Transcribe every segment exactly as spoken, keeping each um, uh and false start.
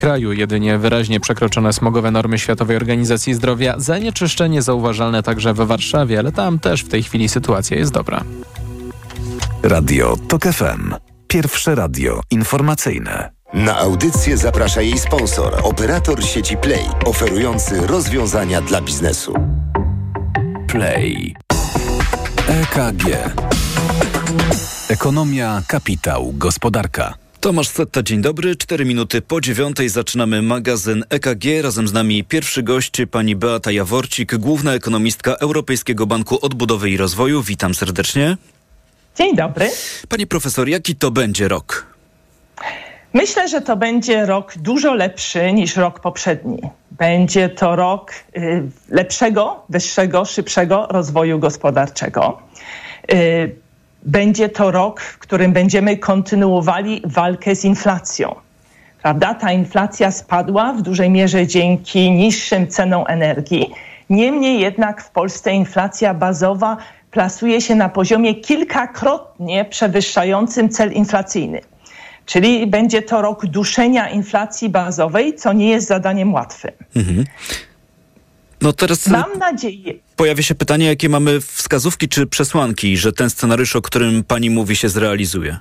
kraju jedynie wyraźnie przekroczone smogowe normy Światowej Organizacji Zdrowia. Zanieczyszczenie zauważalne także we Warszawie, ale tam też w tej chwili sytuacja jest dobra. Radio TOK F M. Pierwsze radio informacyjne. Na audycję zaprasza jej sponsor, operator sieci Play, oferujący rozwiązania dla biznesu. Play. E K G. Ekonomia, kapitał, gospodarka. Tomasz Setta, dzień dobry. Cztery minuty po dziewiątej zaczynamy magazyn E K G. Razem z nami pierwszy gość, pani Beata Jaworcik, główna ekonomistka Europejskiego Banku Odbudowy i Rozwoju. Witam serdecznie. Dzień dobry. Pani profesor, jaki to będzie rok? Myślę, że to będzie rok dużo lepszy niż rok poprzedni. Będzie to rok y, lepszego, wyższego, szybszego rozwoju gospodarczego. Y, będzie to rok, w którym będziemy kontynuowali walkę z inflacją. Prawda? Ta inflacja spadła w dużej mierze dzięki niższym cenom energii. Niemniej jednak w Polsce inflacja bazowa plasuje się na poziomie kilkakrotnie przewyższającym cel inflacyjny. Czyli będzie to rok duszenia inflacji bazowej, co nie jest zadaniem łatwym. Mhm. No teraz mam nadzieję. Pojawia się pytanie, jakie mamy wskazówki czy przesłanki, że ten scenariusz, o którym pani mówi, się zrealizuje?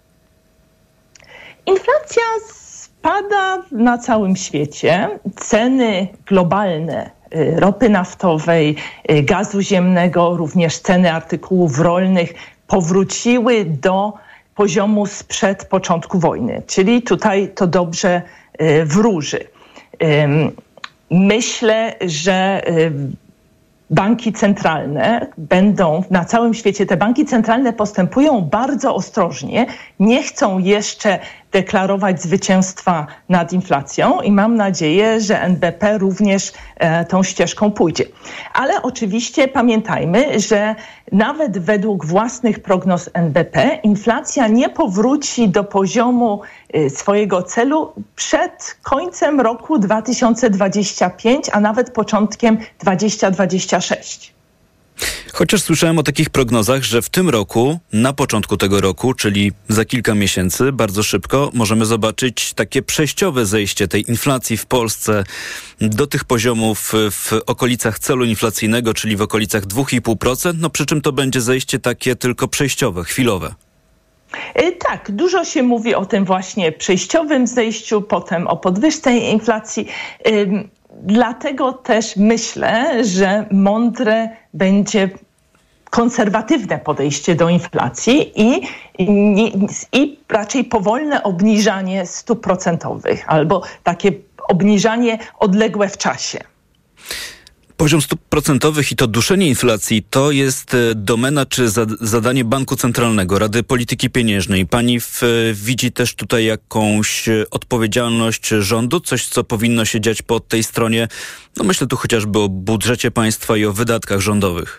Inflacja spada na całym świecie. Ceny globalne ropy naftowej, gazu ziemnego, również ceny artykułów rolnych powróciły do poziomu sprzed początku wojny. Czyli tutaj to dobrze wróży. Myślę, że banki centralne będą na całym świecie, te banki centralne postępują bardzo ostrożnie, nie chcą jeszcze deklarować zwycięstwa nad inflacją i mam nadzieję, że N B P również e, tą ścieżką pójdzie. Ale oczywiście pamiętajmy, że nawet według własnych prognoz N B P inflacja nie powróci do poziomu e, swojego celu przed końcem roku dwa tysiące dwudziestego piątego, a nawet początkiem dwa tysiące dwudziestego szóstego. Chociaż słyszałem o takich prognozach, że w tym roku, na początku tego roku, czyli za kilka miesięcy, bardzo szybko, możemy zobaczyć takie przejściowe zejście tej inflacji w Polsce do tych poziomów w okolicach celu inflacyjnego, czyli w okolicach dwa i pół procent, no przy czym to będzie zejście takie tylko przejściowe, chwilowe. Tak, dużo się mówi o tym właśnie przejściowym zejściu, potem o podwyżce inflacji. Dlatego też myślę, że mądre będzie konserwatywne podejście do inflacji i, i, i raczej powolne obniżanie stóp procentowych albo takie obniżanie odległe w czasie. Poziom stóp procentowych i to duszenie inflacji to jest domena czy zadanie Banku Centralnego, Rady Polityki Pieniężnej. Pani w, widzi też tutaj jakąś odpowiedzialność rządu? Coś, co powinno się dziać po tej stronie? No myślę tu chociażby o budżecie państwa i o wydatkach rządowych.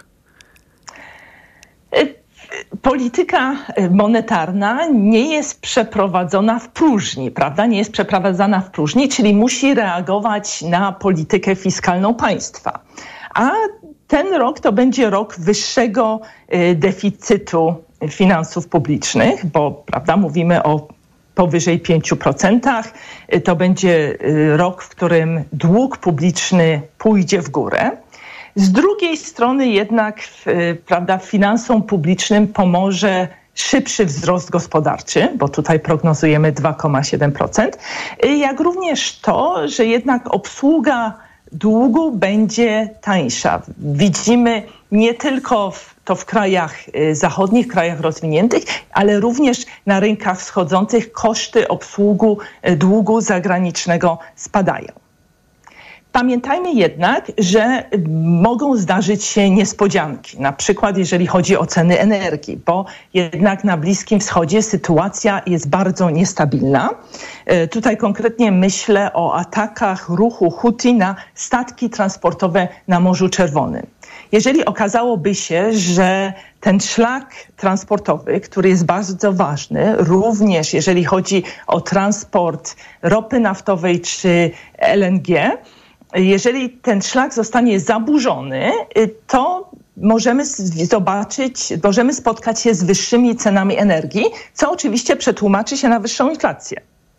Polityka monetarna nie jest przeprowadzona w próżni, prawda? Nie jest przeprowadzana w próżni, czyli musi reagować na politykę fiskalną państwa. A ten rok to będzie rok wyższego deficytu finansów publicznych, bo prawda, mówimy o powyżej pięć procent. To będzie rok, w którym dług publiczny pójdzie w górę. Z drugiej strony jednak prawda, finansom publicznym pomoże szybszy wzrost gospodarczy, bo tutaj prognozujemy dwa przecinek siedem procent, jak również to, że jednak obsługa długu będzie tańsza. Widzimy nie tylko w, to w krajach zachodnich, krajach rozwiniętych, ale również na rynkach wschodzących koszty obsługi długu zagranicznego spadają. Pamiętajmy jednak, że mogą zdarzyć się niespodzianki, na przykład jeżeli chodzi o ceny energii, bo jednak na Bliskim Wschodzie sytuacja jest bardzo niestabilna. Tutaj konkretnie myślę o atakach ruchu Huti na statki transportowe na Morzu Czerwonym. Jeżeli okazałoby się, że ten szlak transportowy, który jest bardzo ważny, również jeżeli chodzi o transport ropy naftowej czy L N G, jeżeli ten szlak zostanie zaburzony, to możemy zobaczyć, możemy spotkać się z wyższymi cenami energii, co oczywiście przetłumaczy się na wyższą inflację.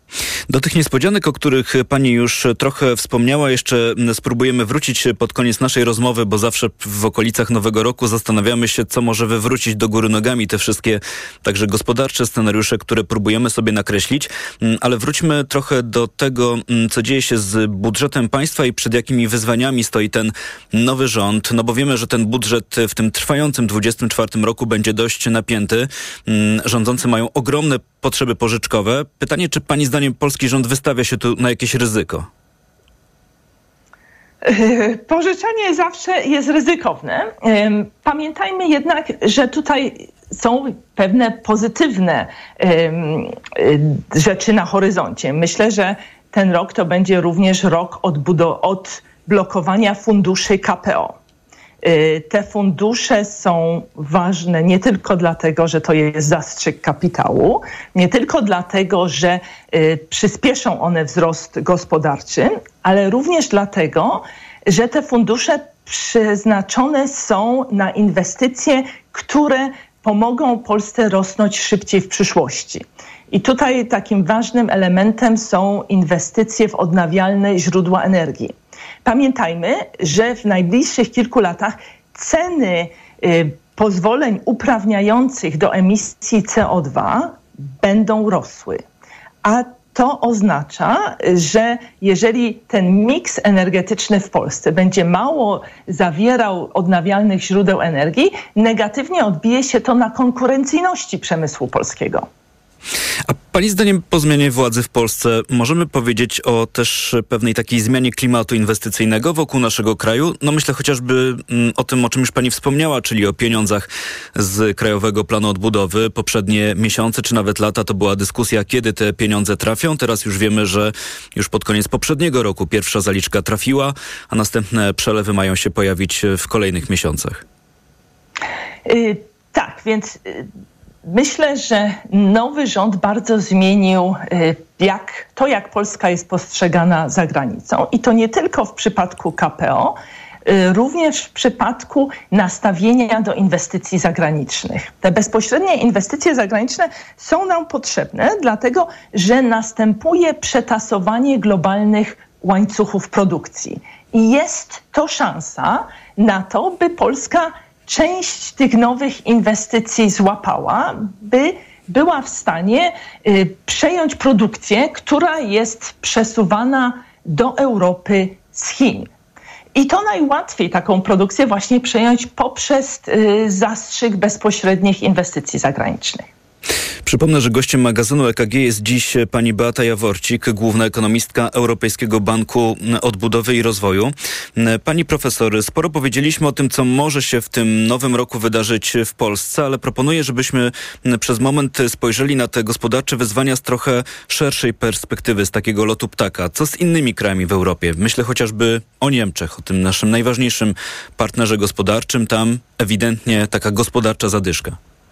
Do tych niespodzianek, o których pani już trochę wspomniała, jeszcze spróbujemy wrócić pod koniec naszej rozmowy, bo zawsze w okolicach Nowego Roku zastanawiamy się, co może wywrócić do góry nogami te wszystkie także gospodarcze scenariusze, które próbujemy sobie nakreślić. Ale wróćmy trochę do tego, co dzieje się z budżetem państwa i przed jakimi wyzwaniami stoi ten nowy rząd. No bo wiemy, że ten budżet w tym trwającym dwudziestym czwartym roku będzie dość napięty. Rządzący mają ogromne potrzeby pożyczkowe. Pytanie, czy pani zdaniem polski rząd wystawia się tu na jakieś ryzyko? Pożyczanie zawsze jest ryzykowne. Pamiętajmy jednak, że tutaj są pewne pozytywne rzeczy na horyzoncie. Myślę, że ten rok to będzie również rok odbudo- odblokowania funduszy K P O. Te fundusze są ważne nie tylko dlatego, że to jest zastrzyk kapitału, nie tylko dlatego, że przyspieszą one wzrost gospodarczy, ale również dlatego, że te fundusze przeznaczone są na inwestycje, które pomogą Polsce rosnąć szybciej w przyszłości. I tutaj takim ważnym elementem są inwestycje w odnawialne źródła energii. Pamiętajmy, że w najbliższych kilku latach ceny y, pozwoleń uprawniających do emisji C O dwa będą rosły. A to oznacza, że jeżeli ten miks energetyczny w Polsce będzie mało zawierał odnawialnych źródeł energii, negatywnie odbije się to na konkurencyjności przemysłu polskiego. A pani zdaniem po zmianie władzy w Polsce możemy powiedzieć o też pewnej takiej zmianie klimatu inwestycyjnego wokół naszego kraju? No myślę chociażby o tym, o czym już pani wspomniała, czyli o pieniądzach z Krajowego Planu Odbudowy. Poprzednie miesiące czy nawet lata to była dyskusja, kiedy te pieniądze trafią. Teraz już wiemy, że już pod koniec poprzedniego roku pierwsza zaliczka trafiła, a następne przelewy mają się pojawić w kolejnych miesiącach. Yy, tak, więc... Yy... Myślę, że nowy rząd bardzo zmienił jak, to, jak Polska jest postrzegana za granicą. I to nie tylko w przypadku K P O, również w przypadku nastawienia do inwestycji zagranicznych. Te bezpośrednie inwestycje zagraniczne są nam potrzebne, dlatego że następuje przetasowanie globalnych łańcuchów produkcji. I jest to szansa na to, by Polska część tych nowych inwestycji złapała, by była w stanie y, przejąć produkcję, która jest przesuwana do Europy z Chin. I to najłatwiej taką produkcję właśnie przejąć poprzez y, zastrzyk bezpośrednich inwestycji zagranicznych. Przypomnę, że gościem magazynu E K G jest dziś pani Beata Jaworcik, główna ekonomistka Europejskiego Banku Odbudowy i Rozwoju. Pani profesor, sporo powiedzieliśmy o tym, co może się w tym nowym roku wydarzyć w Polsce, ale proponuję, żebyśmy przez moment spojrzeli na te gospodarcze wyzwania z trochę szerszej perspektywy, z takiego lotu ptaka. Co z innymi krajami w Europie? Myślę chociażby o Niemczech, o tym naszym najważniejszym partnerze gospodarczym. Tam ewidentnie taka gospodarcza zadyszka.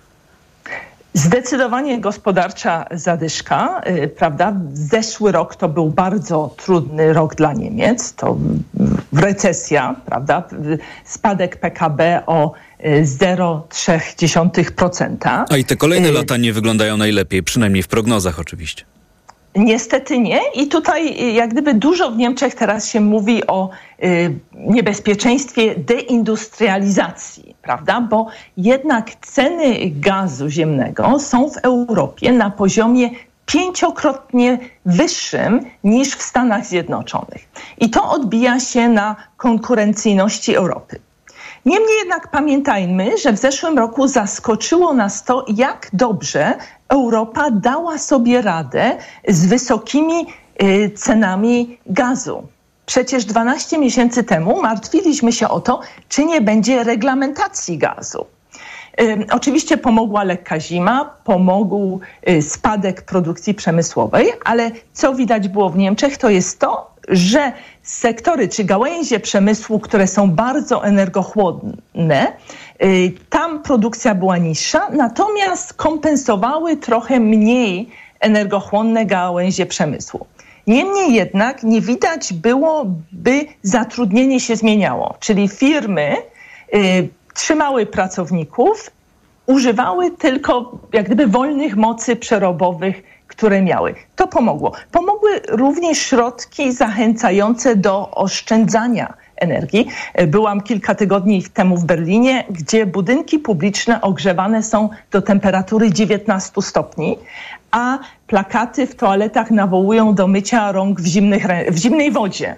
Zdecydowanie gospodarcza zadyszka, yy, prawda? Zeszły rok to był bardzo trudny rok dla Niemiec, to recesja, prawda? Spadek P K B o zero przecinek trzy procent. A i te kolejne yy. lata nie wyglądają najlepiej, przynajmniej w prognozach oczywiście. Niestety nie. I tutaj jak gdyby dużo w Niemczech teraz się mówi o y, niebezpieczeństwie deindustrializacji, prawda? Bo jednak ceny gazu ziemnego są w Europie na poziomie pięciokrotnie wyższym niż w Stanach Zjednoczonych. I to odbija się na konkurencyjności Europy. Niemniej jednak pamiętajmy, że w zeszłym roku zaskoczyło nas to, jak dobrze Europa dała sobie radę z wysokimi y, cenami gazu. Przecież dwanaście miesięcy temu martwiliśmy się o to, czy nie będzie reglamentacji gazu. Y, oczywiście pomogła lekka zima, pomógł y, spadek produkcji przemysłowej, ale co widać było w Niemczech, to jest to, że sektory czy gałęzie przemysłu, które są bardzo energochłonne, y, tam produkcja była niższa, natomiast kompensowały trochę mniej energochłonne gałęzie przemysłu. Niemniej jednak nie widać było, by zatrudnienie się zmieniało, czyli firmy y, trzymały pracowników, używały tylko jak gdyby wolnych mocy przerobowych, które miały. To pomogło. Pomogły również środki zachęcające do oszczędzania energii. Byłam kilka tygodni temu w Berlinie, gdzie budynki publiczne ogrzewane są do temperatury dziewiętnaście stopni, a plakaty w toaletach nawołują do mycia rąk w, zimnych, w zimnej wodzie.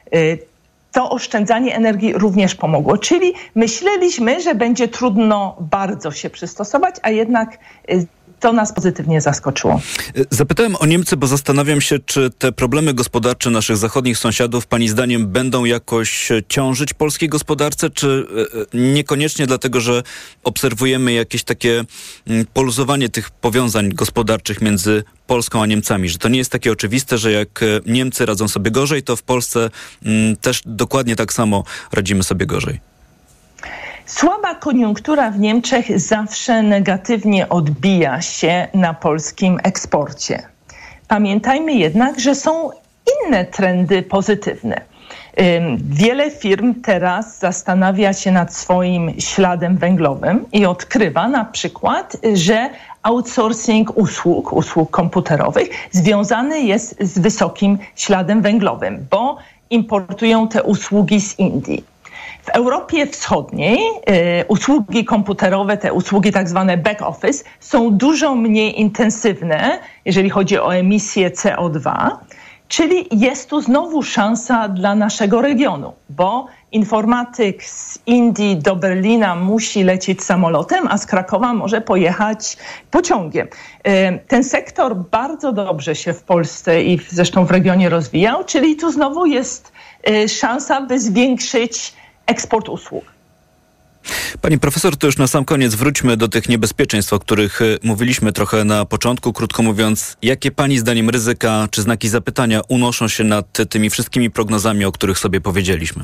To oszczędzanie energii również pomogło. Czyli myśleliśmy, że będzie trudno bardzo się przystosować, a jednak to nas pozytywnie zaskoczyło. Zapytałem o Niemcy, bo zastanawiam się, czy te problemy gospodarcze naszych zachodnich sąsiadów pani zdaniem będą jakoś ciążyć polskiej gospodarce, czy niekoniecznie dlatego, że obserwujemy jakieś takie poluzowanie tych powiązań gospodarczych między Polską a Niemcami, że to nie jest takie oczywiste, że jak Niemcy radzą sobie gorzej, to w Polsce m, też dokładnie tak samo radzimy sobie gorzej. Słaba koniunktura w Niemczech zawsze negatywnie odbija się na polskim eksporcie. Pamiętajmy jednak, że są inne trendy pozytywne. Wiele firm teraz zastanawia się nad swoim śladem węglowym i odkrywa na przykład, że outsourcing usług, usług komputerowych związany jest z wysokim śladem węglowym, bo importują te usługi z Indii. W Europie Wschodniej y, usługi komputerowe, te usługi tak zwane back office, są dużo mniej intensywne, jeżeli chodzi o emisję C O dwa, czyli jest tu znowu szansa dla naszego regionu, bo informatyk z Indii do Berlina musi lecieć samolotem, a z Krakowa może pojechać pociągiem. Y, ten sektor bardzo dobrze się w Polsce i zresztą w regionie rozwijał, czyli tu znowu jest y, szansa, by zwiększyć eksport usług. Pani profesor, to już na sam koniec wróćmy do tych niebezpieczeństw, o których mówiliśmy trochę na początku. Krótko mówiąc, jakie pani zdaniem ryzyka czy znaki zapytania unoszą się nad tymi wszystkimi prognozami, o których sobie powiedzieliśmy?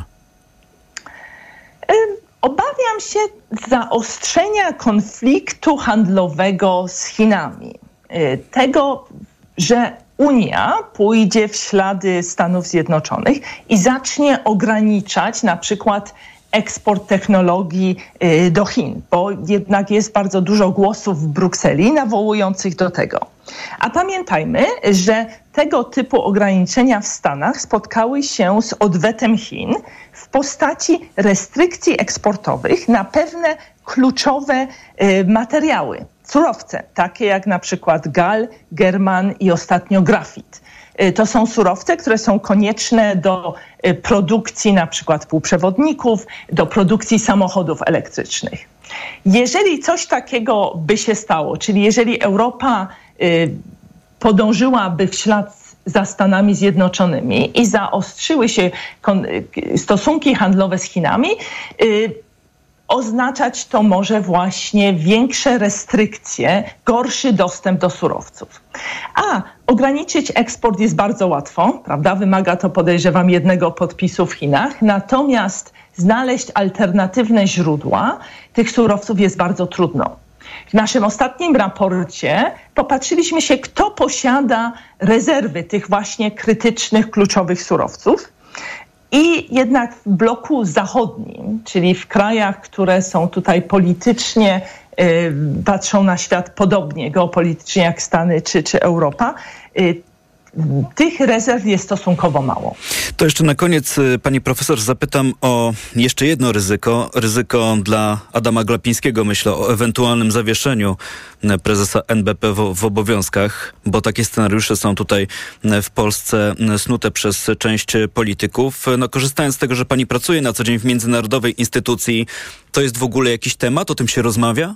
Obawiam się zaostrzenia konfliktu handlowego z Chinami. Tego, że Unia pójdzie w ślady Stanów Zjednoczonych i zacznie ograniczać na przykład eksport technologii do Chin, bo jednak jest bardzo dużo głosów w Brukseli nawołujących do tego. A pamiętajmy, że tego typu ograniczenia w Stanach spotkały się z odwetem Chin w postaci restrykcji eksportowych na pewne kluczowe materiały, surowce, takie jak na przykład gal, german i ostatnio grafit. To są surowce, które są konieczne do produkcji na przykład półprzewodników, do produkcji samochodów elektrycznych. Jeżeli coś takiego by się stało, czyli jeżeli Europa podążyłaby w ślad za Stanami Zjednoczonymi i zaostrzyły się stosunki handlowe z Chinami, oznaczać to może właśnie większe restrykcje, gorszy dostęp do surowców. A ograniczyć eksport jest bardzo łatwo, prawda? Wymaga to, podejrzewam, jednego podpisu w Chinach. Natomiast znaleźć alternatywne źródła tych surowców jest bardzo trudno. W naszym ostatnim raporcie popatrzyliśmy się, kto posiada rezerwy tych właśnie krytycznych, kluczowych surowców. I jednak w bloku zachodnim, czyli w krajach, które są tutaj politycznie, y, patrzą na świat podobnie geopolitycznie jak Stany czy, czy Europa, y, tych rezerw jest stosunkowo mało. To jeszcze na koniec, pani profesor, zapytam o jeszcze jedno ryzyko. Ryzyko dla Adama Glapińskiego, myślę o ewentualnym zawieszeniu prezesa N B P w, w obowiązkach, bo takie scenariusze są tutaj w Polsce snute przez część polityków. No, korzystając z tego, że pani pracuje na co dzień w międzynarodowej instytucji, to jest w ogóle jakiś temat? O tym się rozmawia?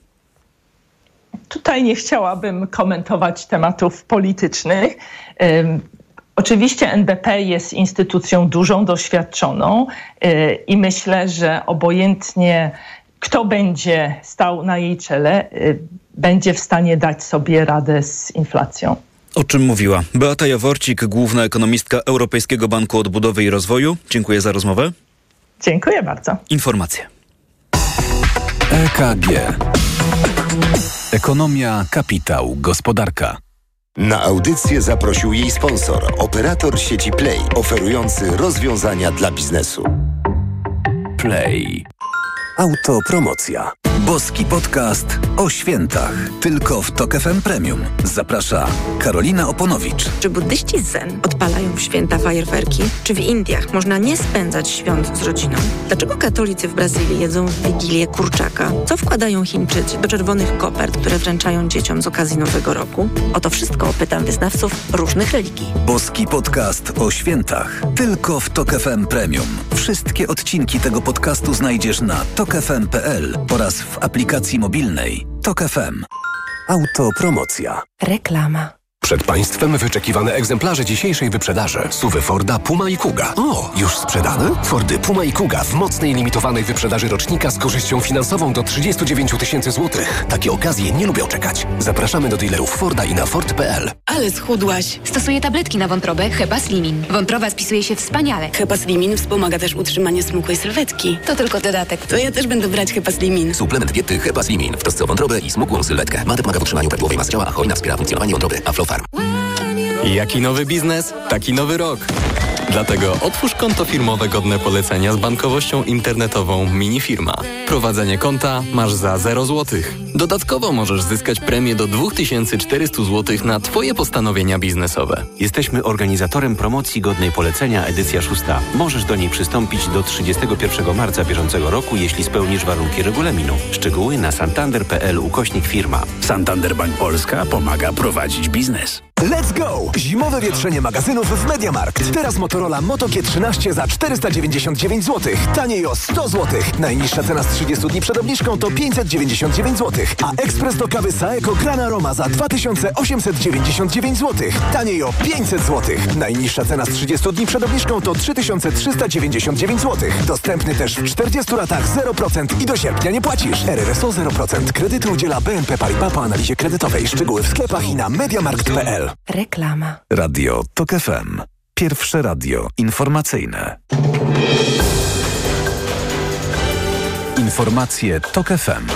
Tutaj nie chciałabym komentować tematów politycznych. Um, oczywiście N B P jest instytucją dużą, doświadczoną yy, i myślę, że obojętnie kto będzie stał na jej czele, yy, będzie w stanie dać sobie radę z inflacją. O czym mówiła Beata Jaworcik, główna ekonomistka Europejskiego Banku Odbudowy i Rozwoju. Dziękuję za rozmowę. Dziękuję bardzo. Informacje. E K G. Ekonomia, kapitał, gospodarka. Na audycję zaprosił jej sponsor, operator sieci Play, oferujący rozwiązania dla biznesu. Play. Autopromocja. Boski podcast o świętach. Tylko w Tok F M Premium. Zaprasza Karolina Oponowicz. Czy buddyści zen odpalają w święta fajerwerki? Czy w Indiach można nie spędzać świąt z rodziną? Dlaczego katolicy w Brazylii jedzą w Wigilię kurczaka? Co wkładają Chińczycy do czerwonych kopert, które wręczają dzieciom z okazji Nowego Roku? O to wszystko pytam wyznawców różnych religii. Boski podcast o świętach. Tylko w Tok F M Premium. Wszystkie odcinki tego podcastu znajdziesz na tok f m kropka p l oraz w aplikacji mobilnej Tok F M. Autopromocja. Reklama. Przed Państwem wyczekiwane egzemplarze dzisiejszej wyprzedaży. SUVy Forda Puma i Kuga. O, już sprzedane? Fordy Puma i Kuga w mocnej limitowanej wyprzedaży rocznika z korzyścią finansową do trzydzieści dziewięć tysięcy złotych. Takie okazje nie lubią czekać. Zapraszamy do dealerów Forda i na ford kropka p l. Ale schudłaś. Stosuję tabletki na wątrobę Hepa Slimin. Wątroba spisuje się wspaniale. Hepa Slimin wspomaga też utrzymanie smukłej sylwetki. To tylko dodatek. To ja też będę brać Hepa Slimin. Suplement diety Hepa Slimin w trosce o wątrobę i smukłą sylwetkę. Mate pomaga w utrzymaniu prawidłowej masy ciała, a hojna wspiera funkcjonowanie wątroby. Aflofarm. Jaki nowy biznes? Taki nowy rok. Dlatego otwórz konto firmowe godne polecenia z bankowością internetową Minifirma. Prowadzenie konta masz za zero złotych. Dodatkowo możesz zyskać premię do dwa tysiące czterysta złotych na Twoje postanowienia biznesowe. Jesteśmy organizatorem promocji godnej polecenia edycja szósta. Możesz do niej przystąpić do trzydziestego pierwszego marca bieżącego roku, jeśli spełnisz warunki regulaminu. Szczegóły na santander kropka p l ukośnik firma. Santander Bank Polska pomaga prowadzić biznes. Let's go! Zimowe wietrzenie magazynów w MediaMarkt. Teraz Motorola Moto G trzynaście za czterysta dziewięćdziesiąt dziewięć złotych. Taniej o sto złotych. Najniższa cena z trzydziestu dni przed obniżką to pięćset dziewięćdziesiąt dziewięć złotych. A ekspres do kawy Saeco Gran Aroma za dwa tysiące osiemset dziewięćdziesiąt dziewięć złotych. Taniej o pięćset złotych. Najniższa cena z trzydziestu dni przed obniżką to trzy tysiące trzysta dziewięćdziesiąt dziewięć złotych. Dostępny też w czterdziestu latach zero procent i do sierpnia nie płacisz. R R S O zero procent. Kredyty udziela B N P Paribas po analizie kredytowej. Szczegóły w sklepach i na mediamarkt kropka p l. Reklama. Radio Tok F M. Pierwsze radio informacyjne. Informacje Tok F M.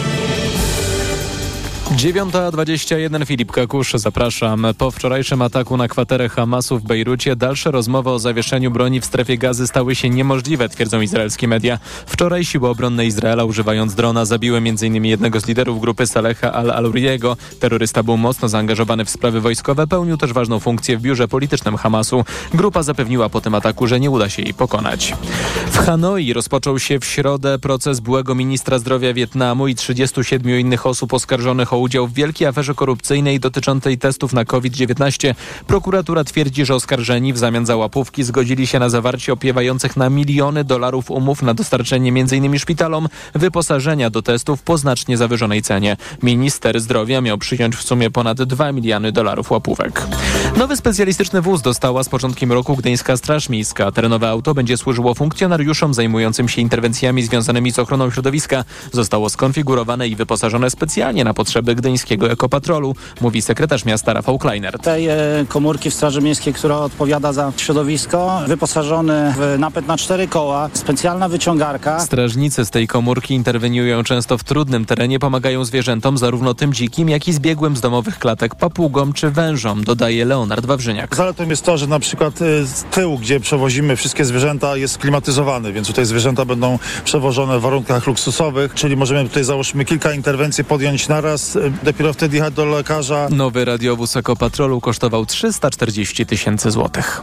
dziewiąta dwadzieścia jeden, Filip Kakusz, zapraszam. Po wczorajszym ataku na kwaterę Hamasu w Bejrucie dalsze rozmowy o zawieszeniu broni w strefie Gazy stały się niemożliwe, twierdzą izraelskie media. Wczoraj siły obronne Izraela, używając drona, zabiły m.in. jednego z liderów grupy Saleha al-Aluriego. Terrorysta był mocno zaangażowany w sprawy wojskowe, pełnił też ważną funkcję w biurze politycznym Hamasu. Grupa zapewniła po tym ataku, że nie uda się jej pokonać. W Hanoi rozpoczął się w środę proces byłego ministra zdrowia Wietnamu i trzydziestu siedmiu innych osób oskarżonych o udział w wielkiej aferze korupcyjnej dotyczącej testów na COVID dziewiętnaście. Prokuratura twierdzi, że oskarżeni w zamian za łapówki zgodzili się na zawarcie opiewających na miliony dolarów umów na dostarczenie m.in. szpitalom wyposażenia do testów po znacznie zawyżonej cenie. Minister zdrowia miał przyjąć w sumie ponad dwa miliony dolarów łapówek. Nowy specjalistyczny wóz dostała z początkiem roku Gdyńska Straż Miejska. Terenowe auto będzie służyło funkcjonariuszom zajmującym się interwencjami związanymi z ochroną środowiska. Zostało skonfigurowane i wyposażone specjalnie na potrzeby Gdyńskiego Ekopatrolu, mówi sekretarz miasta Rafał Kleinert. Tej e, komórki w Straży Miejskiej, która odpowiada za środowisko, wyposażony w napęd na cztery koła, specjalna wyciągarka. Strażnicy z tej komórki interweniują często w trudnym terenie, pomagają zwierzętom, zarówno tym dzikim, jak i zbiegłym z domowych klatek papugom czy wężom, dodaje Leonard Wawrzyniak. Zaletą jest to, że na przykład z tyłu, gdzie przewozimy wszystkie zwierzęta, jest klimatyzowany, więc tutaj zwierzęta będą przewożone w warunkach luksusowych, czyli możemy tutaj, załóżmy, kilka interwencji podjąć naraz, dopiero wtedy jechać do lekarza. Nowy radiowóz Ekopatrolu kosztował trzysta czterdzieści tysięcy złotych.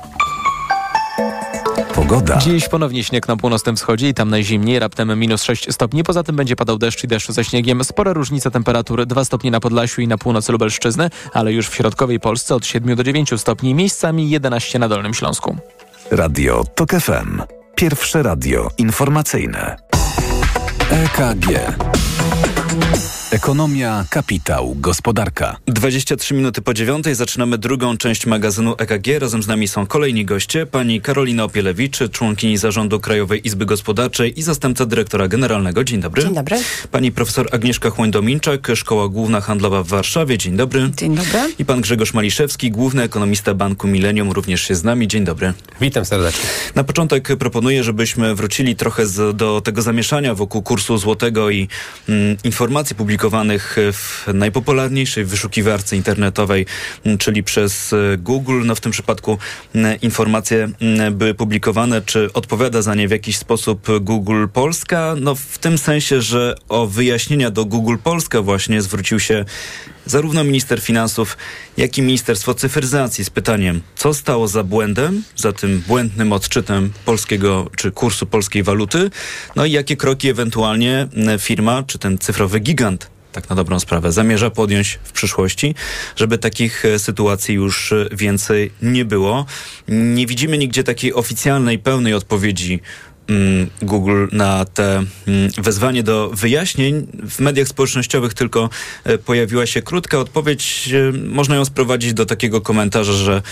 Pogoda. Dziś ponownie śnieg na północnym wschodzie i tam najzimniej, raptem minus sześć stopni. Poza tym będzie padał deszcz i deszcz ze śniegiem. Spore różnice temperatur, dwa stopnie na Podlasiu i na północy Lubelszczyzny, ale już w środkowej Polsce od siedmiu do dziewięciu stopni, miejscami jedenaście na Dolnym Śląsku. Radio Tok F M. Pierwsze radio informacyjne. E K G. Ekonomia, kapitał, gospodarka. dwadzieścia trzy minuty po dziewiątej zaczynamy drugą część magazynu E K G. Razem z nami są kolejni goście. Pani Karolina Opielewicz, członkini Zarządu Krajowej Izby Gospodarczej i zastępca dyrektora generalnego. Dzień dobry. Dzień dobry. Pani profesor Agnieszka Chłoń-Dominczak, Szkoła Główna Handlowa w Warszawie. Dzień dobry. Dzień dobry. I pan Grzegorz Maliszewski, główny ekonomista Banku Millennium, również jest z nami. Dzień dobry. Witam serdecznie. Na początek proponuję, żebyśmy wrócili trochę z, do tego zamieszania wokół kursu złotego i mm, informacji publikowanych publikowanych w najpopularniejszej wyszukiwarce internetowej, czyli przez Google. No w tym przypadku informacje były publikowane. Czy odpowiada za nie w jakiś sposób Google Polska? No w tym sensie, że o wyjaśnienia do Google Polska właśnie zwrócił się zarówno minister finansów, jak i Ministerstwo Cyfryzacji z pytaniem, co stało za błędem, za tym błędnym odczytem polskiego czy kursu polskiej waluty, no i jakie kroki ewentualnie firma czy ten cyfrowy gigant, tak na dobrą sprawę, zamierza podjąć w przyszłości, żeby takich sytuacji już więcej nie było. Nie widzimy nigdzie takiej oficjalnej, pełnej odpowiedzi Google na te wezwanie do wyjaśnień. W mediach społecznościowych tylko pojawiła się krótka odpowiedź. Można ją sprowadzić do takiego komentarza, że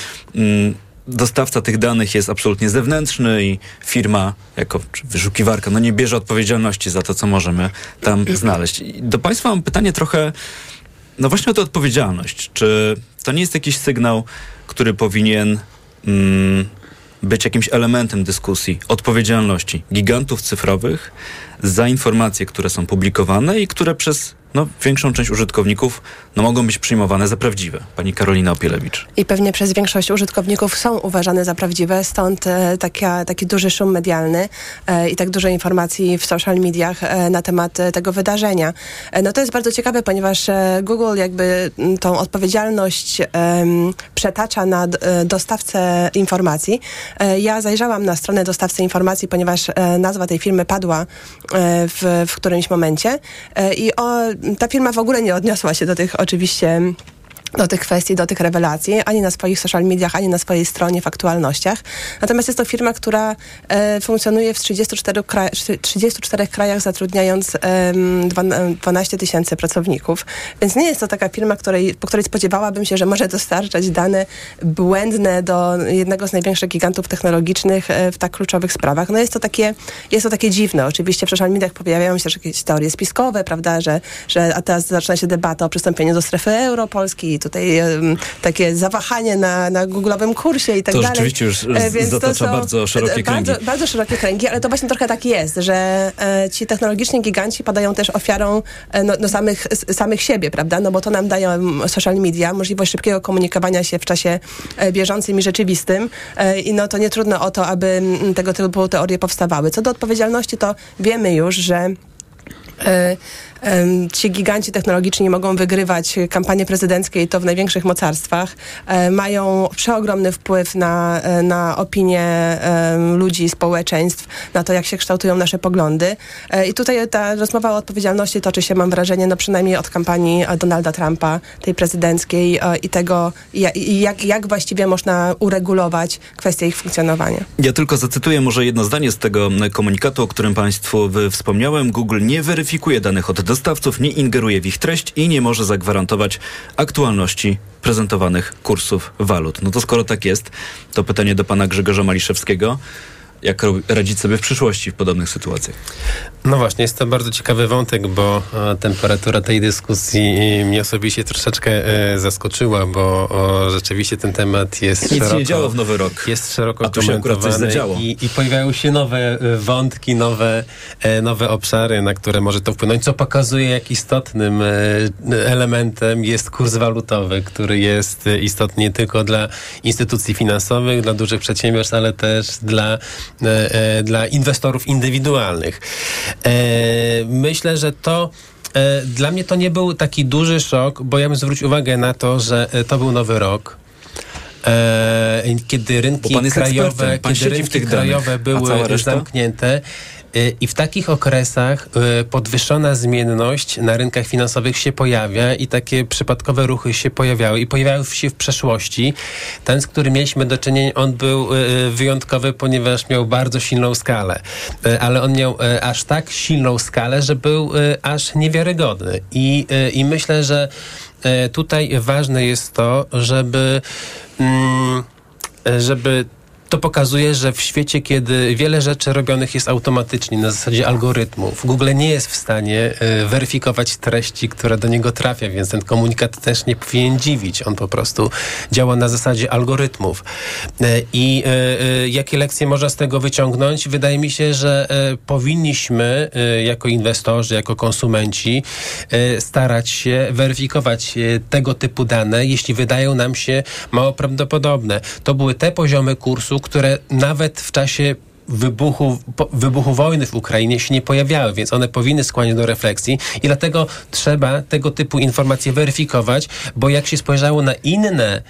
dostawca tych danych jest absolutnie zewnętrzny i firma jako wyszukiwarka no nie bierze odpowiedzialności za to, co możemy tam znaleźć. I do Państwa mam pytanie trochę, no właśnie o tę odpowiedzialność. Czy to nie jest jakiś sygnał, który powinien mm, być jakimś elementem dyskusji odpowiedzialności gigantów cyfrowych za informacje, które są publikowane i które przez no, większą część użytkowników no, mogą być przyjmowane za prawdziwe. Pani Karolina Opielewicz. I pewnie przez większość użytkowników są uważane za prawdziwe, stąd e, taka, taki duży szum medialny e, i tak dużo informacji w social mediach e, na temat e, tego wydarzenia. E, no to jest bardzo ciekawe, ponieważ e, Google jakby m, tą odpowiedzialność e, przetacza na e, dostawcę informacji. E, ja zajrzałam na stronę dostawcy informacji, ponieważ e, nazwa tej firmy padła e, w, w którymś momencie e, i o ta firma w ogóle nie odniosła się do tych oczywiście do tych kwestii, do tych rewelacji, ani na swoich social mediach, ani na swojej stronie w aktualnościach. Natomiast jest to firma, która e, funkcjonuje w trzydziestu czterech, kraj, trzydziestu czterech krajach, zatrudniając e, dwanaście tysięcy pracowników. Więc nie jest to taka firma, której, po której spodziewałabym się, że może dostarczać dane błędne do jednego z największych gigantów technologicznych e, w tak kluczowych sprawach. No jest to takie, jest to takie dziwne. Oczywiście w social mediach pojawiają się też jakieś teorie spiskowe, prawda, że, że a teraz zaczyna się debata o przystąpieniu do strefy euro Polski, tutaj um, takie zawahanie na, na googlowym kursie i tak to dalej. To rzeczywiście już e, więc zatacza to są, bardzo szerokie kręgi. Bardzo, bardzo szerokie kręgi, ale to właśnie trochę tak jest, że e, ci technologiczni giganci padają też ofiarą e, no, no samych, samych siebie, prawda? No bo to nam dają social media, możliwość szybkiego komunikowania się w czasie e, bieżącym i rzeczywistym e, i no to nie trudno o to, aby tego typu teorie powstawały. Co do odpowiedzialności, to wiemy już, że e, ci giganci technologiczni mogą wygrywać kampanie prezydenckie i to w największych mocarstwach. Mają przeogromny wpływ na, na opinię ludzi, społeczeństw, na to, jak się kształtują nasze poglądy. I tutaj ta rozmowa o odpowiedzialności toczy się, mam wrażenie, no przynajmniej od kampanii Donalda Trumpa, tej prezydenckiej i tego, jak, jak właściwie można uregulować kwestię ich funkcjonowania. Ja tylko zacytuję może jedno zdanie z tego komunikatu, o którym Państwu wspomniałem. Google nie weryfikuje danych od dostawców, nie ingeruje w ich treść i nie może zagwarantować aktualności prezentowanych kursów walut. No to skoro tak jest, to pytanie do pana Grzegorza Maliszewskiego. Jak radzić sobie w przyszłości w podobnych sytuacjach? No właśnie, jest to bardzo ciekawy wątek, bo e, temperatura tej dyskusji mnie osobiście troszeczkę e, zaskoczyła, bo o, rzeczywiście ten temat jest Nic szeroko... się nie działo w Nowy Rok. Jest szeroko a tu się akurat coś zadziało. I, i pojawiają się nowe wątki, nowe, e, nowe obszary, na które może to wpłynąć, co pokazuje, jak istotnym e, elementem jest kurs walutowy, który jest istotny nie tylko dla instytucji finansowych, dla dużych przedsiębiorstw, ale też dla dla inwestorów indywidualnych. Myślę, że to dla mnie to nie był taki duży szok, bo ja bym zwrócił uwagę na to, że to był nowy rok. Kiedy rynki krajowe, kiedy rynki krajowe były zamknięte. I w takich okresach podwyższona zmienność na rynkach finansowych się pojawia i takie przypadkowe ruchy się pojawiały i pojawiały się w przeszłości. Ten, z którym mieliśmy do czynienia, on był wyjątkowy, ponieważ miał bardzo silną skalę. Ale on miał aż tak silną skalę, że był aż niewiarygodny. I, i myślę, że tutaj ważne jest to, żeby, żeby to pokazuje, że w świecie, kiedy wiele rzeczy robionych jest automatycznie, na zasadzie algorytmów, Google nie jest w stanie y, weryfikować treści, które do niego trafia, więc ten komunikat też nie powinien dziwić. On po prostu działa na zasadzie algorytmów. Y, I y, y, jakie lekcje można z tego wyciągnąć? Wydaje mi się, że y, powinniśmy y, jako inwestorzy, jako konsumenci y, starać się weryfikować y, tego typu dane, jeśli wydają nam się mało prawdopodobne. To były te poziomy kursu, które nawet w czasie wybuchu, po, wybuchu wojny w Ukrainie się nie pojawiały, więc one powinny skłaniać do refleksji i dlatego trzeba tego typu informacje weryfikować, bo jak się spojrzało na inne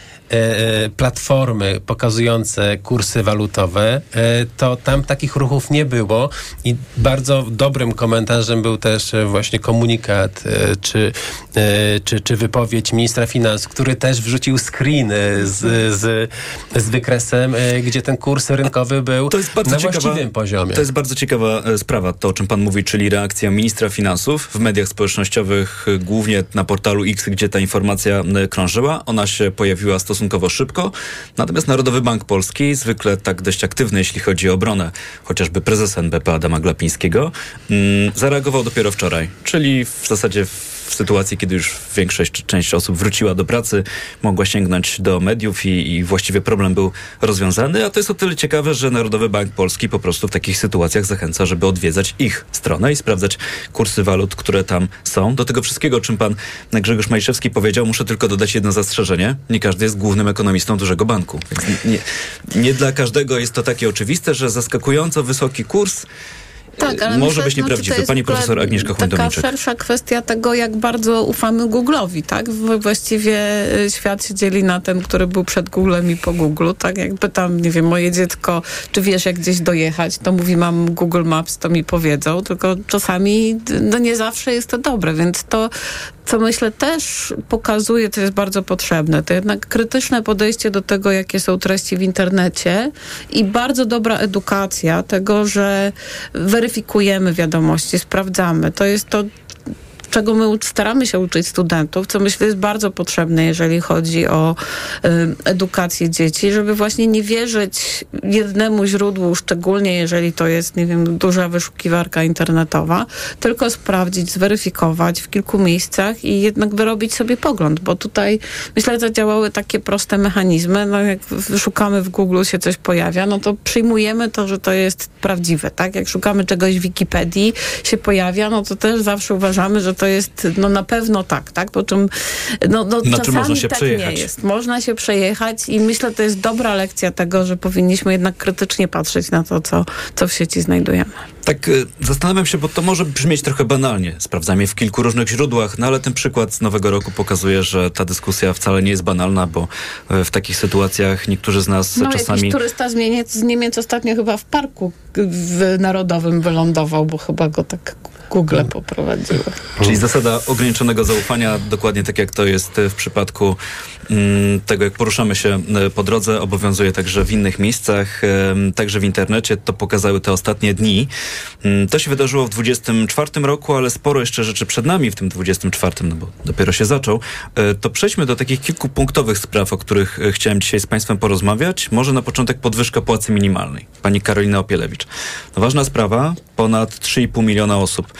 e, platformy pokazujące kursy walutowe, e, to tam takich ruchów nie było i bardzo dobrym komentarzem był też właśnie komunikat e, czy, e, czy, czy wypowiedź ministra finansów, który też wrzucił screen z, z, z wykresem, e, gdzie ten kurs rynkowy był to jest bardzo na ciekawa, właściwym poziomie. To jest bardzo ciekawa e, sprawa, to o czym pan mówi, czyli reakcja ministra finansów w mediach społecznościowych, e, głównie na portalu X, gdzie ta informacja e, krążyła. Ona się pojawiła stosunkowo szybko, natomiast Narodowy Bank Polski, zwykle tak dość aktywny, jeśli chodzi o obronę, chociażby prezesa N B P Adama Glapińskiego, mm, zareagował dopiero wczoraj, czyli w zasadzie w w sytuacji, kiedy już większość, czy część osób wróciła do pracy, mogła sięgnąć do mediów i, i właściwie problem był rozwiązany, a to jest o tyle ciekawe, że Narodowy Bank Polski po prostu w takich sytuacjach zachęca, żeby odwiedzać ich stronę i sprawdzać kursy walut, które tam są. Do tego wszystkiego, o czym pan Grzegorz Maliszewski powiedział, muszę tylko dodać jedno zastrzeżenie. Nie każdy jest głównym ekonomistą dużego banku. Więc nie, nie dla każdego jest to takie oczywiste, że zaskakująco wysoki kurs Tak, ale może myślę, być nieprawdziwy. No, Pani profesor Agnieszka Chłodowniczek. Taka szersza kwestia tego, jak bardzo ufamy Google'owi, tak? Właściwie świat się dzieli na ten, który był przed Googlem i po Google'u, tak? Jak pytam, nie wiem, moje dziecko, czy wiesz, jak gdzieś dojechać, to mówi, mam Google Maps, to mi powiedzą, tylko czasami, no nie zawsze jest to dobre, więc to, co myślę też pokazuje, to jest bardzo potrzebne, to jednak krytyczne podejście do tego, jakie są treści w internecie i bardzo dobra edukacja tego, że weryfikujemy wiadomości, sprawdzamy. To jest to, czego my staramy się uczyć studentów, co myślę jest bardzo potrzebne, jeżeli chodzi o y, edukację dzieci, żeby właśnie nie wierzyć jednemu źródłu, szczególnie jeżeli to jest, nie wiem, duża wyszukiwarka internetowa, tylko sprawdzić, zweryfikować w kilku miejscach i jednak wyrobić sobie pogląd, bo tutaj myślę, że zadziałały takie proste mechanizmy, no jak szukamy w Google, się coś pojawia, no to przyjmujemy to, że to jest prawdziwe, tak? Jak szukamy czegoś w Wikipedii, się pojawia, no to też zawsze uważamy, że to jest, no na pewno tak, tak? Po czym, no, no na czasami czym można się tak przejechać. nie jest. Można się przejechać i myślę, to jest dobra lekcja tego, że powinniśmy jednak krytycznie patrzeć na to, co, co w sieci znajdujemy. Tak y, zastanawiam się, bo to może brzmieć trochę banalnie. Sprawdzam je w kilku różnych źródłach, no ale ten przykład z Nowego Roku pokazuje, że ta dyskusja wcale nie jest banalna, bo y, w takich sytuacjach niektórzy z nas no, czasami... jakiś turysta z Niemiec, z Niemiec ostatnio chyba w parku w Narodowym wylądował, bo chyba go tak Google poprowadziły. Czyli zasada ograniczonego zaufania, dokładnie tak jak to jest w przypadku mm, tego, jak poruszamy się po drodze, obowiązuje także w innych miejscach, ym, także w internecie. To pokazały te ostatnie dni. Ym, to się wydarzyło w dwudziestym czwartym roku, ale sporo jeszcze rzeczy przed nami w tym dwudziestym czwartym, no bo dopiero się zaczął. Yy, to przejdźmy do takich kilku punktowych spraw, o których yy, chciałem dzisiaj z państwem porozmawiać. Może na początek podwyżka płacy minimalnej. Pani Karolina Opielewicz. No, ważna sprawa, ponad trzy i pół miliona osób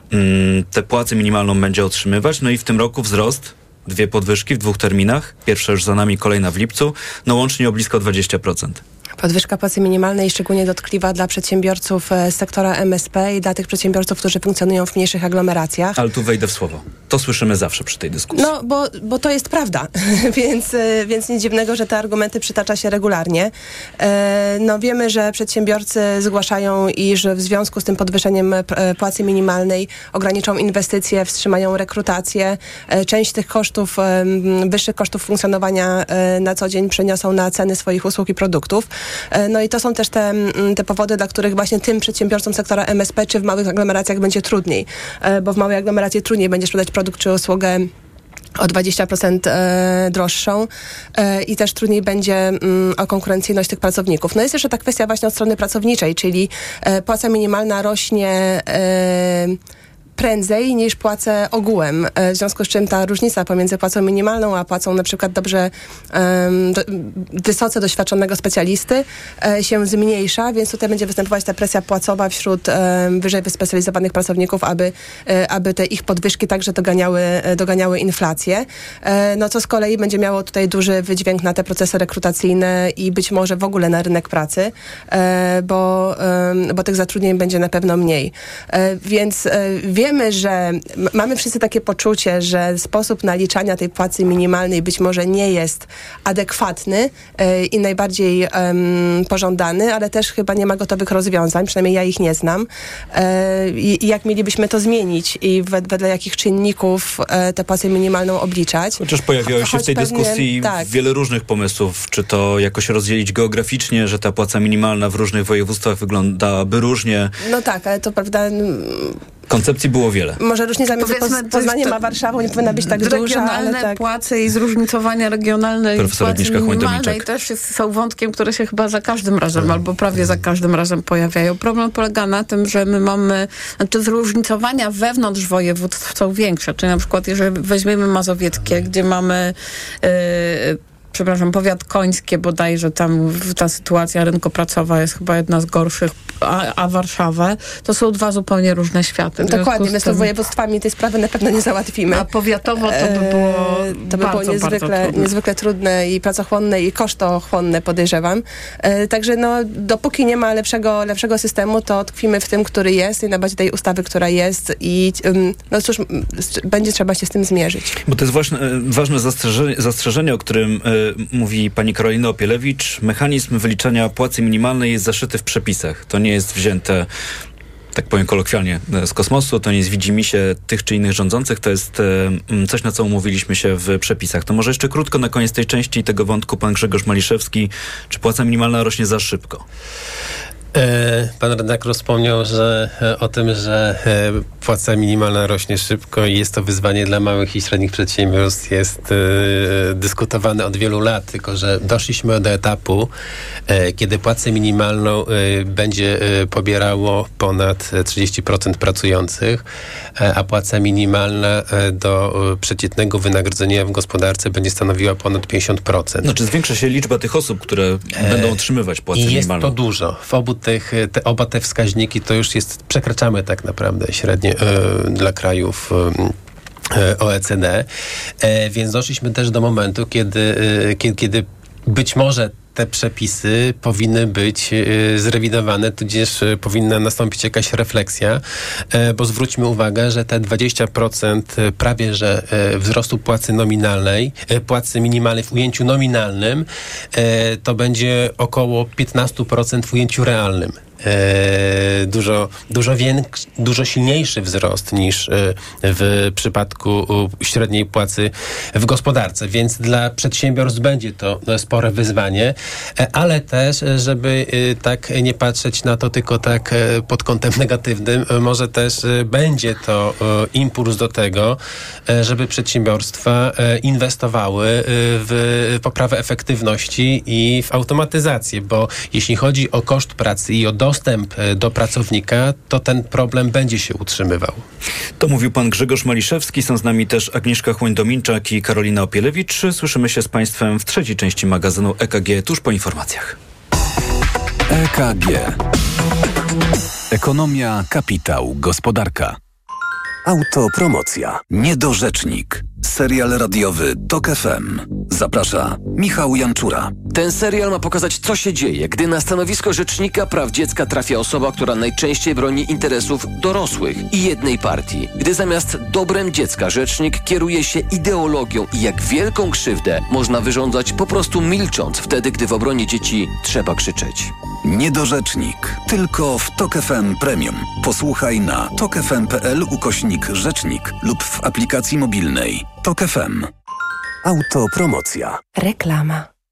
te płacę minimalną będzie otrzymywać. No i w tym roku wzrost, dwie podwyżki w dwóch terminach. Pierwsza już za nami, kolejna w lipcu. No łącznie o blisko dwadzieścia procent. Podwyżka płacy minimalnej szczególnie dotkliwa dla przedsiębiorców z sektora M S P i dla tych przedsiębiorców, którzy funkcjonują w mniejszych aglomeracjach. Ale tu wejdę w słowo. To słyszymy zawsze przy tej dyskusji. No, bo, bo to jest prawda, więc, więc nic dziwnego, że te argumenty przytacza się regularnie. E, no wiemy, że przedsiębiorcy zgłaszają, iż w związku z tym podwyższeniem płacy minimalnej ograniczą inwestycje, wstrzymają rekrutację. E, część tych kosztów, e, wyższych kosztów funkcjonowania e, na co dzień przeniosą na ceny swoich usług i produktów. No i to są też te, te powody, dla których właśnie tym przedsiębiorcom sektora M S P czy w małych aglomeracjach będzie trudniej, bo w małej aglomeracji trudniej będzie sprzedać produkt czy usługę o dwadzieścia procent droższą i też trudniej będzie o konkurencyjność tych pracowników. No jest jeszcze ta kwestia właśnie od strony pracowniczej, czyli płaca minimalna rośnie prędzej niż płacę ogółem. E, w związku z czym ta różnica pomiędzy płacą minimalną a płacą na przykład dobrze um, do, wysoce doświadczonego specjalisty e, się zmniejsza, więc tutaj będzie występować ta presja płacowa wśród e, wyżej wyspecjalizowanych pracowników, aby, e, aby te ich podwyżki także doganiały, e, doganiały inflację. E, no co z kolei będzie miało tutaj duży wydźwięk na te procesy rekrutacyjne i być może w ogóle na rynek pracy, e, bo, e, bo tych zatrudnień będzie na pewno mniej. E, więc e, wiemy, że m- mamy wszyscy takie poczucie, że sposób naliczania tej płacy minimalnej być może nie jest adekwatny e, i najbardziej e, pożądany, ale też chyba nie ma gotowych rozwiązań, przynajmniej ja ich nie znam. E, i, I jak mielibyśmy to zmienić i wed- wedle jakich czynników e, tę płacę minimalną obliczać. Chociaż pojawiało się Choć w tej pewnie, dyskusji tak. wiele różnych pomysłów, czy to jakoś rozdzielić geograficznie, że ta płaca minimalna w różnych województwach wyglądałaby różnie. No tak, ale to prawda... Koncepcji było wiele. Może różnica między Powiedzmy, Poz- to jest Poznaniem to- a Warszawą nie powinna być tak duża, Regionalne ale tak. płace i zróżnicowania regionalnej Profesor płacy Agnieszka minimalnej Chłoń-Dominczak. też jest, są wątkiem, które się chyba za każdym razem, albo prawie za każdym razem pojawiają. Problem polega na tym, że my mamy, znaczy zróżnicowania wewnątrz województw są większe. Czyli na przykład, jeżeli weźmiemy Mazowieckie, gdzie mamy yy, przepraszam, powiat końskie bodajże, tam ta sytuacja rynkopracowa jest chyba jedna z gorszych, a, a Warszawę, to są dwa zupełnie różne światy. W Dokładnie, związku z my z tą tym- województwami tej sprawy na pewno nie załatwimy. A powiatowo to by było e, To by bardzo, było niezwykle, bardzo trudne. niezwykle trudne i pracochłonne i kosztochłonne, podejrzewam. E, także no, dopóki nie ma lepszego, lepszego systemu, to tkwimy w tym, który jest i na bazie tej ustawy, która jest i um, no cóż, m, s- będzie trzeba się z tym zmierzyć. Bo to jest właśnie, e, ważne zastrzeżenie, zastrzeżenie, o którym e, mówi pani Karolina Opielewicz. Mechanizm wyliczania płacy minimalnej jest zaszyty w przepisach. To nie jest wzięte, tak powiem kolokwialnie, z kosmosu, to nie jest widzimisię tych czy innych rządzących, to jest e, coś, na co umówiliśmy się w przepisach. To może jeszcze krótko na koniec tej części tego wątku pan Grzegorz Maliszewski. Czy płaca minimalna rośnie za szybko? Pan redaktor wspomniał, że o tym, że płaca minimalna rośnie szybko i jest to wyzwanie dla małych i średnich przedsiębiorstw, jest e, dyskutowane od wielu lat, tylko że doszliśmy do etapu, e, kiedy płacę minimalną e, będzie e, pobierało ponad trzydzieści procent pracujących, e, a płaca minimalna e, do e, przeciętnego wynagrodzenia w gospodarce będzie stanowiła ponad pięćdziesiąt procent. Znaczy zwiększa się liczba tych osób, które e, będą otrzymywać płacę I jest minimalną. to dużo. W obu tych, te, oba te wskaźniki to już jest, przekraczamy tak naprawdę średnie e, dla krajów e, O E C D, e, więc doszliśmy też do momentu, kiedy, e, kiedy, kiedy być może te przepisy powinny być e, zrewidowane, tudzież e, powinna nastąpić jakaś refleksja, e, bo zwróćmy uwagę, że te dwadzieścia procent prawie, że e, wzrostu płacy nominalnej, e, płacy minimalnej w ujęciu nominalnym, e, to będzie około piętnaście procent w ujęciu realnym. E, dużo, dużo, większy, dużo silniejszy wzrost niż e, w przypadku e, średniej płacy w gospodarce, więc dla przedsiębiorstw będzie to e, spore wyzwanie, e, ale też, e, żeby e, tak nie patrzeć na to tylko tak e, pod kątem negatywnym, e, może też e, będzie to e, impuls do tego, e, żeby przedsiębiorstwa e, inwestowały e, w poprawę efektywności i w automatyzację, bo jeśli chodzi o koszt pracy i o dostęp do pracownika, to ten problem będzie się utrzymywał. To mówił pan Grzegorz Maliszewski. Są z nami też Agnieszka Chłoń-Dominczak i Karolina Opielewicz. Słyszymy się z państwem w trzeciej części magazynu E K G tuż po informacjach. E K G. Ekonomia, kapitał, gospodarka. Autopromocja. Niedorzecznik. Serial radiowy TOK F M. Zaprasza Michał Janczura. Ten serial ma pokazać, co się dzieje, gdy na stanowisko rzecznika praw dziecka trafia osoba, która najczęściej broni interesów dorosłych i jednej partii. Gdy zamiast dobrem dziecka rzecznik kieruje się ideologią i jak wielką krzywdę można wyrządzać po prostu milcząc wtedy, gdy w obronie dzieci trzeba krzyczeć. Niedorzecznik. Tylko w TOK F M Premium. Posłuchaj na tokfm.pl ukośnik rzecznik lub w aplikacji mobilnej. TOK F M. Autopromocja. Reklama.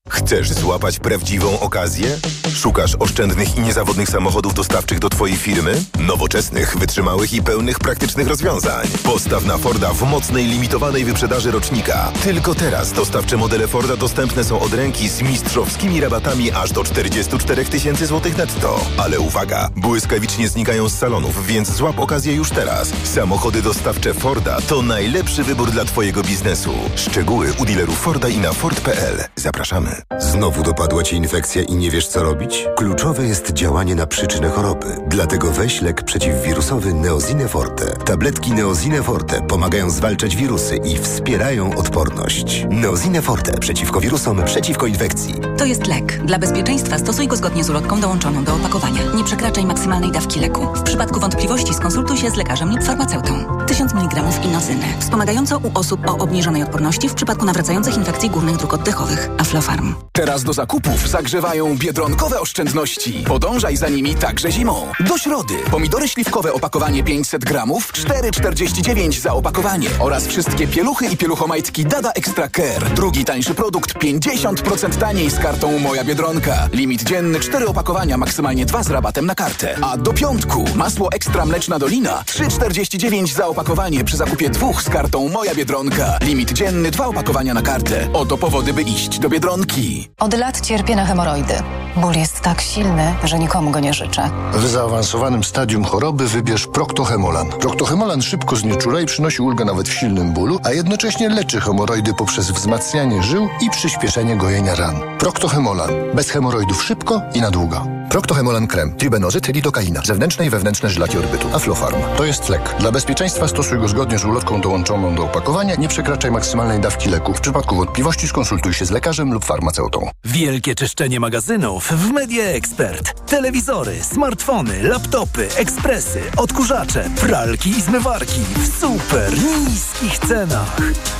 Chcesz złapać prawdziwą okazję? Szukasz oszczędnych i niezawodnych samochodów dostawczych do Twojej firmy? Nowoczesnych, wytrzymałych i pełnych praktycznych rozwiązań. Postaw na Forda w mocnej, limitowanej wyprzedaży rocznika. Tylko teraz dostawcze modele Forda dostępne są od ręki z mistrzowskimi rabatami aż do czterdzieści cztery tysiące złotych netto. Ale uwaga, błyskawicznie znikają z salonów, więc złap okazję już teraz. Samochody dostawcze Forda to najlepszy wybór dla Twojego biznesu. Szczegóły u dealerów Forda i na Ford kropka p l. Zapraszamy. Znowu dopadła Cię infekcja i nie wiesz co robić? Kluczowe jest działanie na przyczynę choroby. Dlatego weź lek przeciwwirusowy Neosine Forte. Tabletki Neosine Forte pomagają zwalczać wirusy i wspierają odporność. Neosine Forte przeciwko wirusom, przeciwko infekcji. To jest lek. Dla bezpieczeństwa stosuj go zgodnie z ulotką dołączoną do opakowania. Nie przekraczaj maksymalnej dawki leku. W przypadku wątpliwości skonsultuj się z lekarzem lub farmaceutą. tysiąc miligramów inozyny. Wspomagająco u osób o obniżonej odporności w przypadku nawracających infekcji górnych dróg oddechowych. Aflofarm. Teraz do zakupów zagrzewają biedronkowe oszczędności. Podążaj za nimi także zimą. Do środy. Pomidory śliwkowe opakowanie pięćset gramów, cztery czterdzieści dziewięć za opakowanie. Oraz wszystkie pieluchy i pieluchomajtki Dada Extra Care. Drugi tańszy produkt pięćdziesiąt procent taniej z kartą Moja Biedronka. Limit dzienny cztery opakowania, maksymalnie dwa z rabatem na kartę. A do piątku masło ekstra mleczna Dolina trzy czterdzieści dziewięć za opakowanie przy zakupie dwóch z kartą Moja Biedronka. Limit dzienny dwa opakowania na kartę. Oto powody, by iść do Biedronki. Od lat cierpię na hemoroidy. Ból jest tak silny, że nikomu go nie życzę. W zaawansowanym stadium choroby wybierz Proctohemolan. Proctohemolan szybko znieczula i przynosi ulgę nawet w silnym bólu, a jednocześnie leczy hemoroidy poprzez wzmacnianie żył i przyspieszenie gojenia ran. Proctohemolan. Bez hemoroidów szybko i na długo. Proctohemolan krem. Tribenozyt, lidokaina. Zewnętrzne i wewnętrzne żylaki odbytu. Aflofarm. To jest lek. Dla bezpieczeństwa stosuj go zgodnie z ulotką dołączoną do opakowania. Nie przekraczaj maksymalnej dawki leku. W przypadku wątpliwości skonsultuj się z lekarzem lub farmaceutą. Wielkie czyszczenie magazynów w Media Expert. Telewizory, smartfony, laptopy, ekspresy, odkurzacze, pralki i zmywarki w super niskich cenach.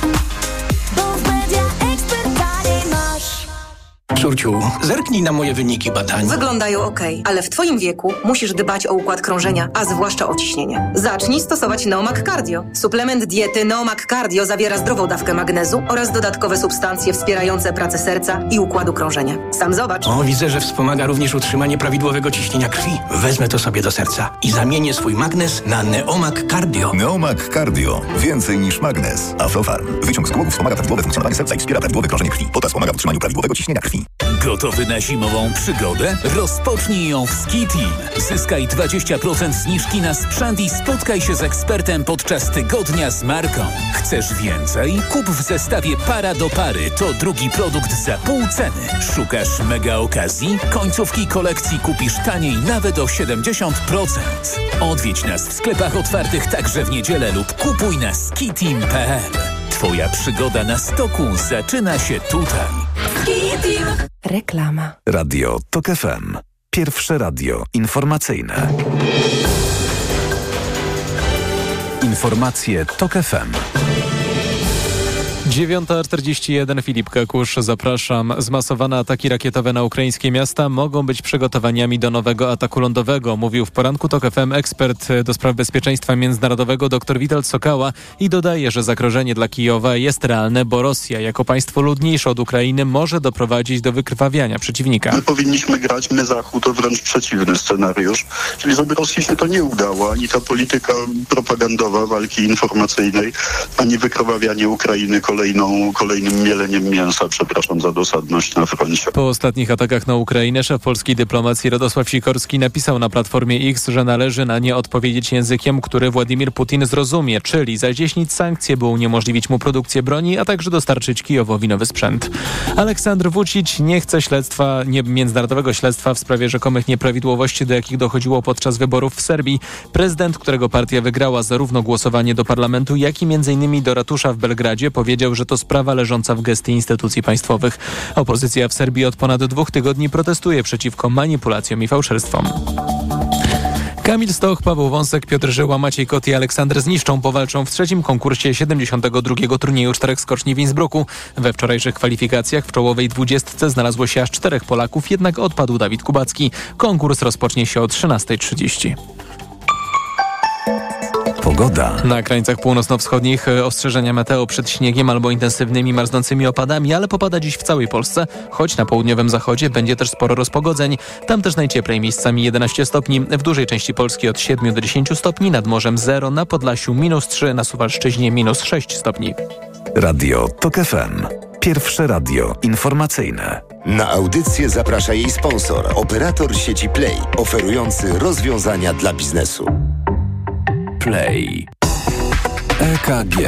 Córciu, zerknij na moje wyniki badań. Wyglądają ok, ale w Twoim wieku musisz dbać o układ krążenia, a zwłaszcza o ciśnienie. Zacznij stosować Neomag Cardio. Suplement diety Neomag Cardio zawiera zdrową dawkę magnezu oraz dodatkowe substancje wspierające pracę serca i układu krążenia. Sam zobacz. O, widzę, że wspomaga również utrzymanie prawidłowego ciśnienia krwi. Wezmę to sobie do serca i zamienię swój magnez na Neomag Cardio. Neomag Cardio. Więcej niż magnez. Aflofarm. Wyciąg z głowy wspomaga prawidłowe funkcjonowanie serca i wspiera prawidłowe krążenie krwi. Potas pomaga w utrzymaniu prawidłowego ciśnienia krwi. Gotowy na zimową przygodę? Rozpocznij ją w Ski Team. Zyskaj dwadzieścia procent zniżki na sprzęt i spotkaj się z ekspertem podczas tygodnia z marką. Chcesz więcej? Kup w zestawie para do pary. To drugi produkt za pół ceny. Szukasz mega okazji? Końcówki kolekcji kupisz taniej nawet o siedemdziesiąt procent. Odwiedź nas w sklepach otwartych także w niedzielę lub kupuj na skiteam kropka p l. Twoja przygoda na stoku zaczyna się tutaj. Reklama. Radio Tok F M. Pierwsze radio informacyjne. Informacje Tok F M. dziewiąta czterdzieści jeden, Filip Kakusz, zapraszam. Zmasowane ataki rakietowe na ukraińskie miasta mogą być przygotowaniami do nowego ataku lądowego, mówił w poranku Tok F M ekspert do spraw bezpieczeństwa międzynarodowego dr Witold Sokała i dodaje, że zagrożenie dla Kijowa jest realne, bo Rosja jako państwo ludniejsze od Ukrainy może doprowadzić do wykrwawiania przeciwnika. My powinniśmy grać, my Zachód, to wręcz przeciwny scenariusz, czyli żeby Rosji się to nie udało, ani ta polityka propagandowa walki informacyjnej, ani wykrwawianie Ukrainy kolejną, kolejnym mieleniem mięsa, przepraszam za dosadność, na froncie. Po ostatnich atakach na Ukrainę szef polskiej dyplomacji Radosław Sikorski napisał na Platformie X, że należy na nie odpowiedzieć językiem, który Władimir Putin zrozumie, czyli zacieśnić sankcje, by uniemożliwić mu produkcję broni, a także dostarczyć Kijowowi nowy sprzęt. Aleksandr Vučić nie chce śledztwa, nie, międzynarodowego śledztwa w sprawie rzekomych nieprawidłowości, do jakich dochodziło podczas wyborów w Serbii. Prezydent, którego partia wygrała zarówno głosowanie do parlamentu, jak i między innymi do ratusza w Belgradzie, powiedział, że to sprawa leżąca w gestii instytucji państwowych. Opozycja w Serbii od ponad dwóch tygodni protestuje przeciwko manipulacjom i fałszerstwom. Kamil Stoch, Paweł Wąsek, Piotr Żyła, Maciej Kot i Aleksander Zniszczą powalczą w trzecim konkursie siedemdziesiątego drugiego turnieju czterech skoczni w Innsbrucku. We wczorajszych kwalifikacjach w czołowej dwudziestce znalazło się aż czterech Polaków, jednak odpadł Dawid Kubacki. Konkurs rozpocznie się o trzynasta trzydzieści. Pogoda. Na krańcach północno-wschodnich ostrzeżenia meteo przed śniegiem albo intensywnymi marznącymi opadami, ale popada dziś w całej Polsce, choć na południowym zachodzie będzie też sporo rozpogodzeń. Tam też najcieplej, miejscami jedenaście stopni, w dużej części Polski od siedmiu do dziesięciu stopni, nad morzem zero, na Podlasiu minus trzy, na Suwalszczyźnie minus sześć stopni. Radio TOK F M. Pierwsze radio informacyjne. Na audycję zaprasza jej sponsor, operator sieci Play, oferujący rozwiązania dla biznesu. Play. E K G.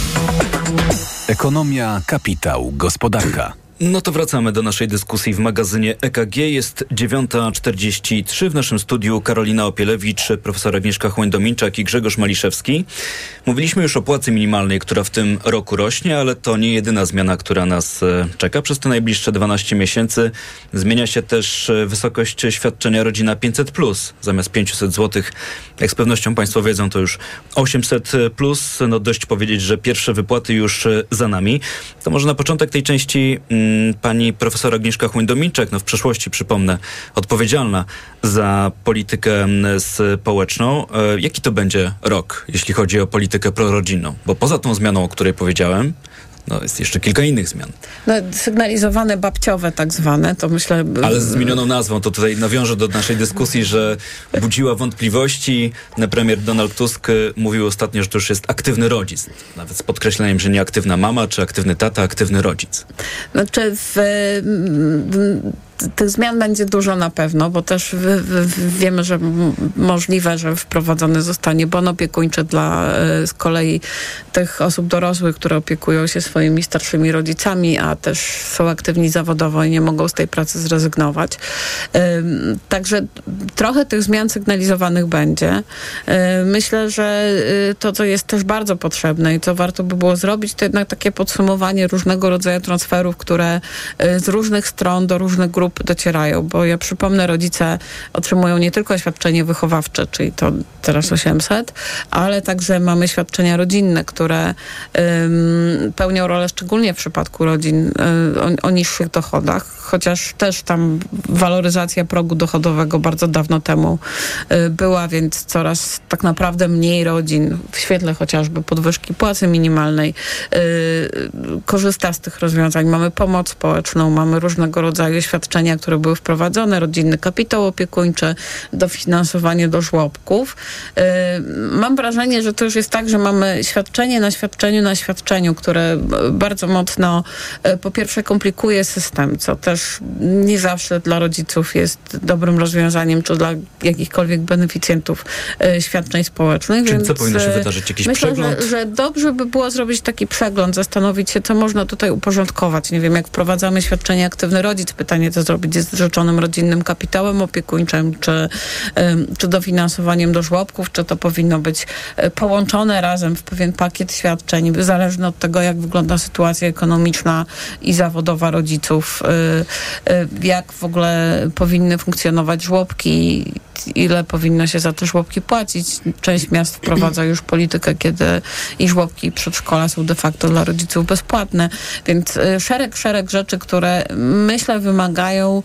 Ekonomia, kapitał, gospodarka. No to wracamy do naszej dyskusji w magazynie E K G. Jest dziewiąta czterdzieści trzy. W naszym studiu Karolina Opielewicz, profesor Agnieszka Chłoń-Dominczak i Grzegorz Maliszewski. Mówiliśmy już o płacy minimalnej, która w tym roku rośnie, ale to nie jedyna zmiana, która nas czeka. Przez te najbliższe dwanaście miesięcy zmienia się też wysokość świadczenia Rodzina pięćset plus. Zamiast pięćset złotych, jak z pewnością Państwo wiedzą, to już osiemset plus. No dość powiedzieć, że pierwsze wypłaty już za nami. To może na początek tej części pani profesor Agnieszka Chłoń-Dominczak, no w przeszłości, przypomnę, odpowiedzialna za politykę społeczną. Jaki to będzie rok, jeśli chodzi o politykę prorodzinną? Bo poza tą zmianą, o której powiedziałem, no jest jeszcze kilka innych zmian. No, sygnalizowane babciowe tak zwane, to myślę... Ale z zmienioną nazwą, to tutaj nawiążę do naszej dyskusji, że budziła wątpliwości. Premier Donald Tusk mówił ostatnio, że to już jest aktywny rodzic. Nawet z podkreśleniem, że nie aktywna mama, czy aktywny tata, aktywny rodzic. Znaczy w... w tych zmian będzie dużo na pewno, bo też w, w, wiemy, że m- możliwe, że wprowadzony zostanie bon opiekuńczy dla y, z kolei tych osób dorosłych, które opiekują się swoimi starszymi rodzicami, a też są aktywni zawodowo i nie mogą z tej pracy zrezygnować. Y, także trochę tych zmian sygnalizowanych będzie. Y, myślę, że y, to, co jest też bardzo potrzebne i co warto by było zrobić, to jednak takie podsumowanie różnego rodzaju transferów, które y, z różnych stron do różnych grup docierają, bo ja przypomnę, rodzice otrzymują nie tylko świadczenie wychowawcze, czyli to teraz osiemset, ale także mamy świadczenia rodzinne, które ym, pełnią rolę szczególnie w przypadku rodzin y, o, o niższych dochodach, chociaż też tam waloryzacja progu dochodowego bardzo dawno temu y, była, więc coraz tak naprawdę mniej rodzin w świetle chociażby podwyżki płacy minimalnej y, korzysta z tych rozwiązań. Mamy pomoc społeczną, mamy różnego rodzaju świadczenia, które były wprowadzone, rodzinny kapitał opiekuńczy, dofinansowanie do żłobków. Yy, mam wrażenie, że to już jest tak, że mamy świadczenie na świadczeniu na świadczeniu, które bardzo mocno yy, po pierwsze komplikuje system, co też nie zawsze dla rodziców jest dobrym rozwiązaniem, czy dla jakichkolwiek beneficjentów yy, świadczeń społecznych. Czyli więc, co powinno się wydarzyć? Jakiś myślę, przegląd? Że, że dobrze by było zrobić taki przegląd, zastanowić się, co można tutaj uporządkować. Nie wiem, jak wprowadzamy świadczenie aktywny rodzic, pytanie, co zrobić z rzeczonym rodzinnym kapitałem opiekuńczym, czy, czy dofinansowaniem do żłobków, czy to powinno być połączone razem w pewien pakiet świadczeń, zależnie od tego, jak wygląda sytuacja ekonomiczna i zawodowa rodziców, jak w ogóle powinny funkcjonować żłobki, ile powinno się za te żłobki płacić. Część miast wprowadza już politykę, kiedy i żłobki, i przedszkola są de facto dla rodziców bezpłatne, więc szereg, szereg rzeczy, które myślę wymagają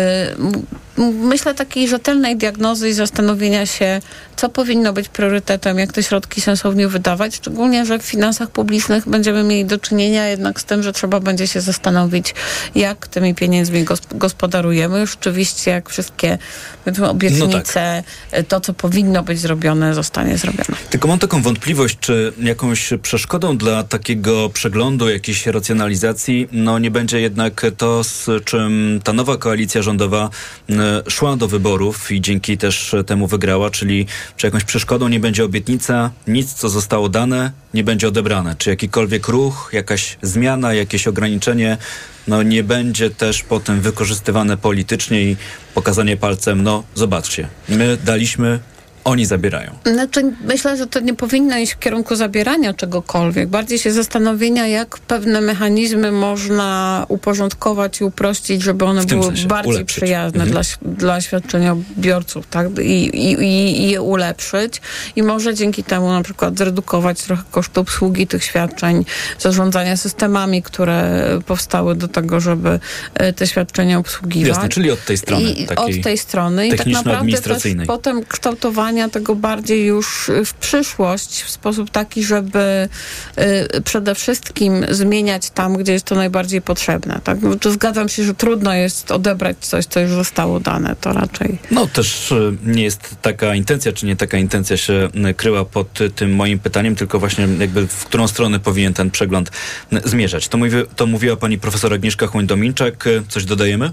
myślę takiej rzetelnej diagnozy i zastanowienia się, co powinno być priorytetem, jak te środki sensownie wydawać, szczególnie, że w finansach publicznych będziemy mieli do czynienia jednak z tym, że trzeba będzie się zastanowić, jak tymi pieniędzmi gosp- gospodarujemy. Już oczywiście, jak wszystkie obietnice, no tak. to, co powinno być zrobione, zostanie zrobione. Tylko mam taką wątpliwość, czy jakąś przeszkodą dla takiego przeglądu, jakiejś racjonalizacji, no nie będzie jednak to, z czym ta nowa koalicja rządowa szła do wyborów i dzięki też temu wygrała, czyli czy jakąś przeszkodą nie będzie obietnica, nic co zostało dane nie będzie odebrane, czy jakikolwiek ruch, jakaś zmiana, jakieś ograniczenie, no nie będzie też potem wykorzystywane politycznie i pokazanie palcem, no zobaczcie, my daliśmy, oni zabierają. Znaczy, myślę, że to nie powinno iść w kierunku zabierania czegokolwiek. Bardziej się zastanowienia, jak pewne mechanizmy można uporządkować i uprościć, żeby one były sensie, bardziej ulepszyć. przyjazne mhm. dla, dla świadczeniobiorców, tak? I, i, i je ulepszyć. I może dzięki temu na przykład zredukować trochę koszty obsługi tych świadczeń, zarządzania systemami, które powstały do tego, żeby te świadczenia obsługiwać. Jasne, czyli od tej strony. I od tej strony. I tak naprawdę też potem kształtowanie planowania tego bardziej już w przyszłość, w sposób taki, żeby y, przede wszystkim zmieniać tam, gdzie jest to najbardziej potrzebne. Tak? No, to zgadzam się, że trudno jest odebrać coś, co już zostało dane. To raczej... No też y, nie jest taka intencja, czy nie taka intencja się y, kryła pod y, tym moim pytaniem, tylko właśnie jakby w którą stronę powinien ten przegląd y, zmierzać. To, mówi, to mówiła pani profesor Agnieszka Chłoń-Dominczak. Y, coś dodajemy?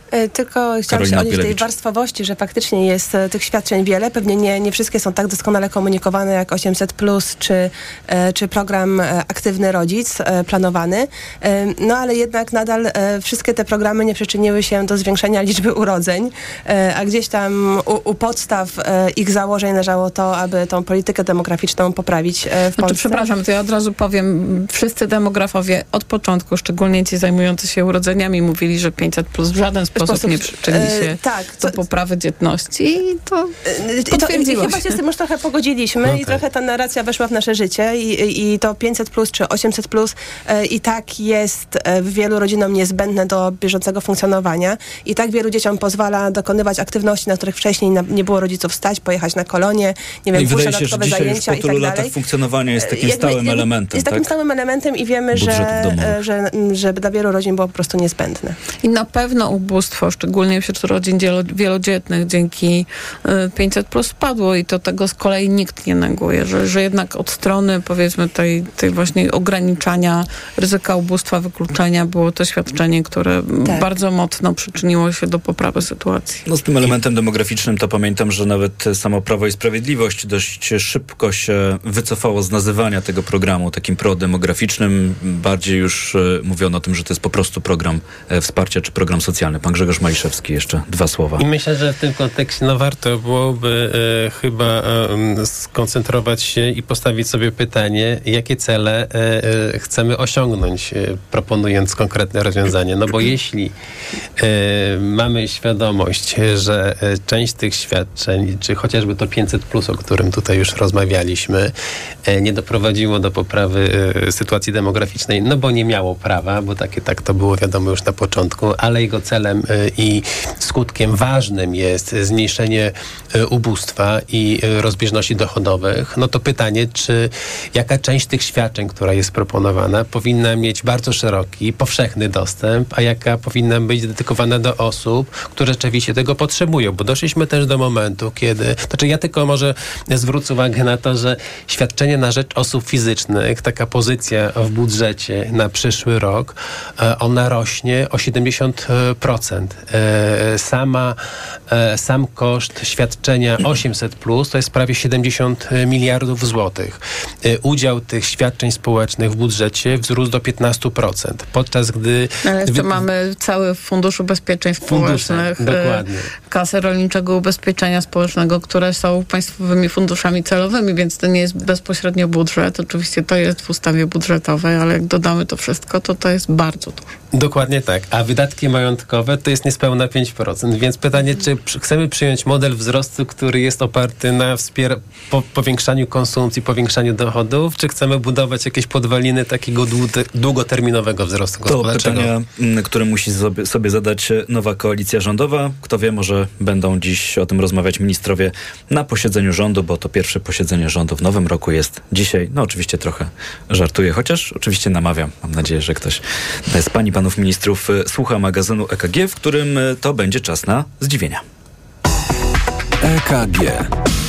Tylko chciałam Karolina się odnieść do tej Bielewicz. warstwowości, że faktycznie jest e, tych świadczeń wiele. Pewnie nie, nie wszystkie są tak doskonale komunikowane jak osiemset plus, czy, e, czy program e, Aktywny Rodzic e, planowany. E, no ale jednak nadal e, wszystkie te programy nie przyczyniły się do zwiększenia liczby urodzeń, e, a gdzieś tam u, u podstaw e, ich założeń leżało to, aby tą politykę demograficzną poprawić e, w Znaczy, Polsce. przepraszam, to ja od razu powiem, wszyscy demografowie od początku, szczególnie ci zajmujący się urodzeniami, mówili, że pięćset plus w żaden sposób, sposób nie przyczyni się e, tak, do to, poprawy dzietności i to I, to, i chyba się z tym już trochę pogodziliśmy No i tak. trochę ta narracja weszła w nasze życie i, i to pięćset plus czy osiemset plus e, i tak jest e, wielu rodzinom niezbędne do bieżącego funkcjonowania i tak wielu dzieciom pozwala dokonywać aktywności, na których wcześniej na, nie było rodziców stać, pojechać na kolonie, nie wiem, No i pójść wydaje na się, że dodatkowe dzisiaj już zajęcia po i tylu tak latach dalej. funkcjonowania jest takim Jakby- stałym elementem, Jest tak? takim stałym elementem i wiemy, że, Budżetów domowych. że, że dla wielu rodzin było po prostu niezbędne. I na pewno ubóstwo, szczególnie wśród rodzin dzielo- wielodzietnych, dzięki y, pięćset plus spadło i to tego z kolei nikt nie neguje, że, że jednak od strony powiedzmy tej, tej właśnie ograniczania ryzyka ubóstwa, wykluczenia było to świadczenie, które Tak. bardzo mocno przyczyniło się do poprawy sytuacji. No z tym elementem demograficznym to pamiętam, że nawet samo Prawo i Sprawiedliwość dość szybko się wycofało z nazywania tego programu takim prodemograficznym. Bardziej już e, mówiono o tym, że to jest po prostu program e, wsparcia czy program socjalny. Pan Grzegorz Maliszewski, jeszcze dwa słowa. I myślę, że w tym kontekście no warto byłoby e, chyba e, skoncentrować się i postawić sobie pytanie, jakie cele e, e, chcemy osiągnąć, e, proponując konkretne rozwiązanie. No bo jeśli e, mamy świadomość, że e, część tych świadczeń, czy chociażby to pięćset plus, o którym tutaj już rozmawialiśmy, e, nie doprowadziło do poprawy e, sytuacji demograficznej, no bo nie miało prawa, bo takie tak to było wiadomo już na początku, ale jego celem e, i skutkiem ważnym jest zmniejszenie e, ubóstwa i e, rozbieżności dochodowych, no to pytanie, czy jaka część tych świadczeń, która jest proponowana, powinna mieć bardzo szeroki, powszechny dostęp, a jaka powinna być dedykowana do osób, które rzeczywiście tego potrzebują, bo doszliśmy też do momentu, kiedy, znaczy ja tylko może zwrócę uwagę na to, że świadczenie na rzecz osób fizycznych, taka pozycja w budżecie na przyszły rok, e, ona rośnie o siedemdziesiąt procent. E, sama, e, sam koszt świadczenia osiemset plus to jest prawie siedemdziesiąt miliardów złotych. E, udział tych świadczeń społecznych w budżecie wzrósł do piętnaście procent, podczas gdy... Ale jeszcze wy- mamy cały Fundusz Ubezpieczeń Fundusze, Społecznych, dokładnie. y, Kasę Rolniczego Ubezpieczenia Społecznego, które są państwowymi funduszami celowymi, więc to nie jest bezpośrednio budżet. Oczywiście to jest w ustawie budżetowej, ale jak dodamy to wszystko, to to jest bardzo dużo. Dokładnie tak. A wydatki majątkowe to jest niespełna pięć procent. Więc pytanie, czy przy, chcemy przyjąć model wzrostu, który jest oparty na wspier- po, powiększaniu konsumpcji, powiększaniu dochodów, czy chcemy budować jakieś podwaliny takiego długo- długoterminowego wzrostu To gospodarczego? pytania, m, które musi sobie, sobie zadać nowa koalicja rządowa. Kto wie, może będą dziś o tym rozmawiać ministrowie na posiedzeniu rządu, bo to pierwsze posiedzenie rządu w nowym roku jest dzisiaj. No oczywiście trochę żartuję, chociaż oczywiście namawiam. Mam nadzieję, że ktoś z pań i panów ministrów y, słucha magazynu E K G, w którym y, to będzie czas na zdziwienia. E K G.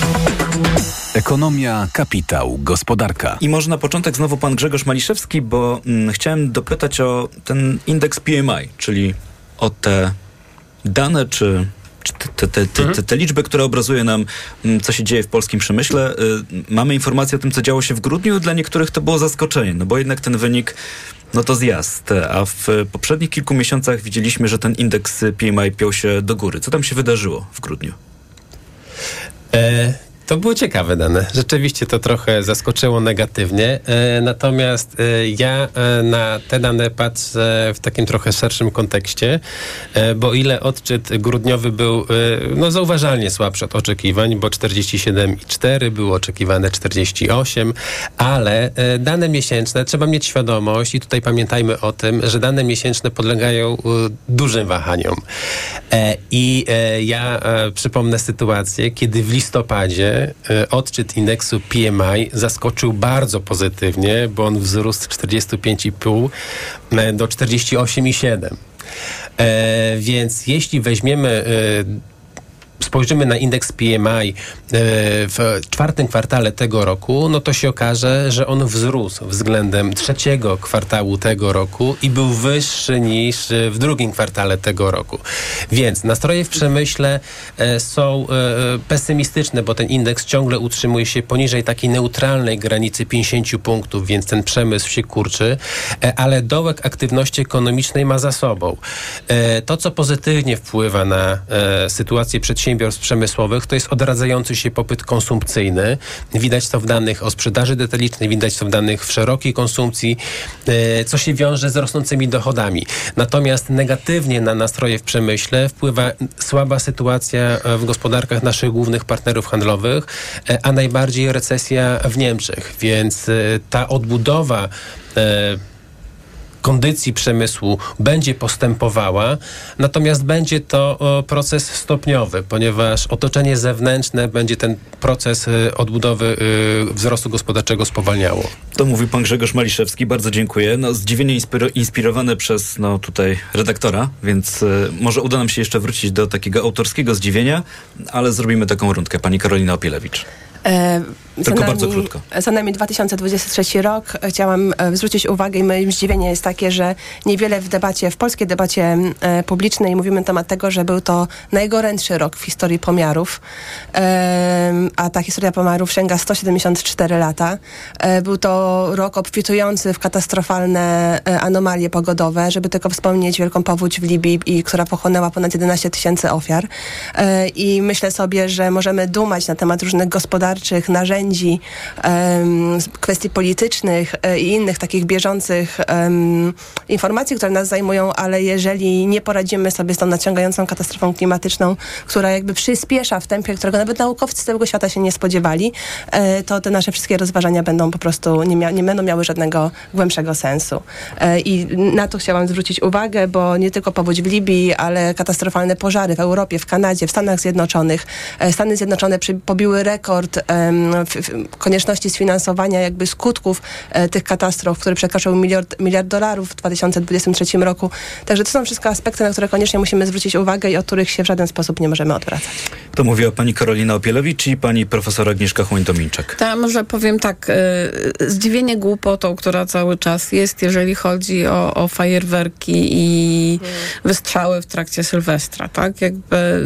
Ekonomia, kapitał, gospodarka. I może na początek znowu pan Grzegorz Maliszewski, bo mm, chciałem dopytać o ten indeks P M I, czyli o te dane, czy, czy te, te, te, te, te, te liczby, które obrazuje nam, mm, co się dzieje w polskim przemyśle. Y, mamy informację o tym, co działo się w grudniu. Dla niektórych to było zaskoczenie, no bo jednak ten wynik, no to zjazd. A w poprzednich kilku miesiącach widzieliśmy, że ten indeks P M I piął się do góry. Co tam się wydarzyło w grudniu? E, to były ciekawe dane. Rzeczywiście to trochę zaskoczyło negatywnie. E, natomiast e, ja e, na te dane patrzę w takim trochę szerszym kontekście, e, bo ile odczyt grudniowy był e, no zauważalnie słabszy od oczekiwań, bo czterdzieści siedem przecinek cztery było oczekiwane czterdzieści osiem, ale e, dane miesięczne, trzeba mieć świadomość i tutaj pamiętajmy o tym, że dane miesięczne podlegają e, dużym wahaniom. E, I e, ja e, przypomnę sytuację, kiedy w listopadzie roku odczyt indeksu P M I zaskoczył bardzo pozytywnie, bo on wzrósł z czterdzieści pięć i pół do czterdzieści osiem i siedem. E, więc jeśli weźmiemy, e, spojrzymy na indeks P M I e, w czwartym kwartale tego roku, no to się okaże, że on wzrósł względem trzeciego kwartału tego roku i był wyższy niż w drugim kwartale tego roku. Więc nastroje w przemyśle e, są e, pesymistyczne, bo ten indeks ciągle utrzymuje się poniżej takiej neutralnej granicy pięćdziesiąt punktów, więc ten przemysł się kurczy, e, ale dołek aktywności ekonomicznej ma za sobą. E, to, co pozytywnie wpływa na e, sytuację przedsiębiorstw przemysłowych, to jest odradzający się popyt konsumpcyjny. Widać to w danych o sprzedaży detalicznej, widać to w danych w szerokiej konsumpcji, e, co się wiąże z rosnącymi dochodami. Natomiast negatywnie na nastroje w przemyśle wpływa słaba sytuacja w gospodarkach naszych głównych partnerów handlowych, e, a najbardziej recesja w Niemczech. Więc e, ta odbudowa e, kondycji przemysłu będzie postępowała, natomiast będzie to o, proces stopniowy, ponieważ otoczenie zewnętrzne będzie ten proces y, odbudowy y, wzrostu gospodarczego spowalniało. To mówił pan Grzegorz Maliszewski, bardzo dziękuję. No, zdziwienie inspiro- inspirowane przez no, tutaj redaktora, więc y, może uda nam się jeszcze wrócić do takiego autorskiego zdziwienia, ale zrobimy taką rundkę. Pani Karolina Opielewicz. E, Tylko nami, bardzo krótko. Za nami dwa tysiące dwudziesty trzeci rok. Chciałam e, zwrócić uwagę i moim zdziwienie jest takie, że niewiele w debacie, w polskiej debacie e, publicznej mówimy na temat tego, że był to najgorętszy rok w historii pomiarów, e, a ta historia pomiarów sięga sto siedemdziesiąt cztery lata. E, był to rok obfitujący w katastrofalne e, anomalie pogodowe, żeby tylko wspomnieć wielką powódź w Libii, i, która pochłonęła ponad jedenaście tysięcy ofiar. E, I myślę sobie, że możemy dumać na temat różnych gospodarczych narzędzi, um, kwestii politycznych e, i innych takich bieżących um, informacji, które nas zajmują, ale jeżeli nie poradzimy sobie z tą nadciągającą katastrofą klimatyczną, która jakby przyspiesza w tempie, którego nawet naukowcy z całego świata się nie spodziewali, e, to te nasze wszystkie rozważania będą po prostu, nie, mia- nie będą miały żadnego głębszego sensu. E, I na to chciałam zwrócić uwagę, bo nie tylko powódź w Libii, ale katastrofalne pożary w Europie, w Kanadzie, w Stanach Zjednoczonych. E, Stany Zjednoczone przy, pobiły rekord W, w konieczności sfinansowania jakby skutków e, tych katastrof, które przekroczyły miliard, miliard dolarów w dwa tysiące dwudziestym trzecim roku. Także to są wszystko aspekty, na które koniecznie musimy zwrócić uwagę i od których się w żaden sposób nie możemy odwracać. To mówiła pani Karolina Opielewicz i pani profesor Agnieszka Chłoń-Dominczak. To ja może powiem tak, y, zdziwienie głupotą, która cały czas jest, jeżeli chodzi o, o fajerwerki i hmm. wystrzały w trakcie Sylwestra, tak? Jakby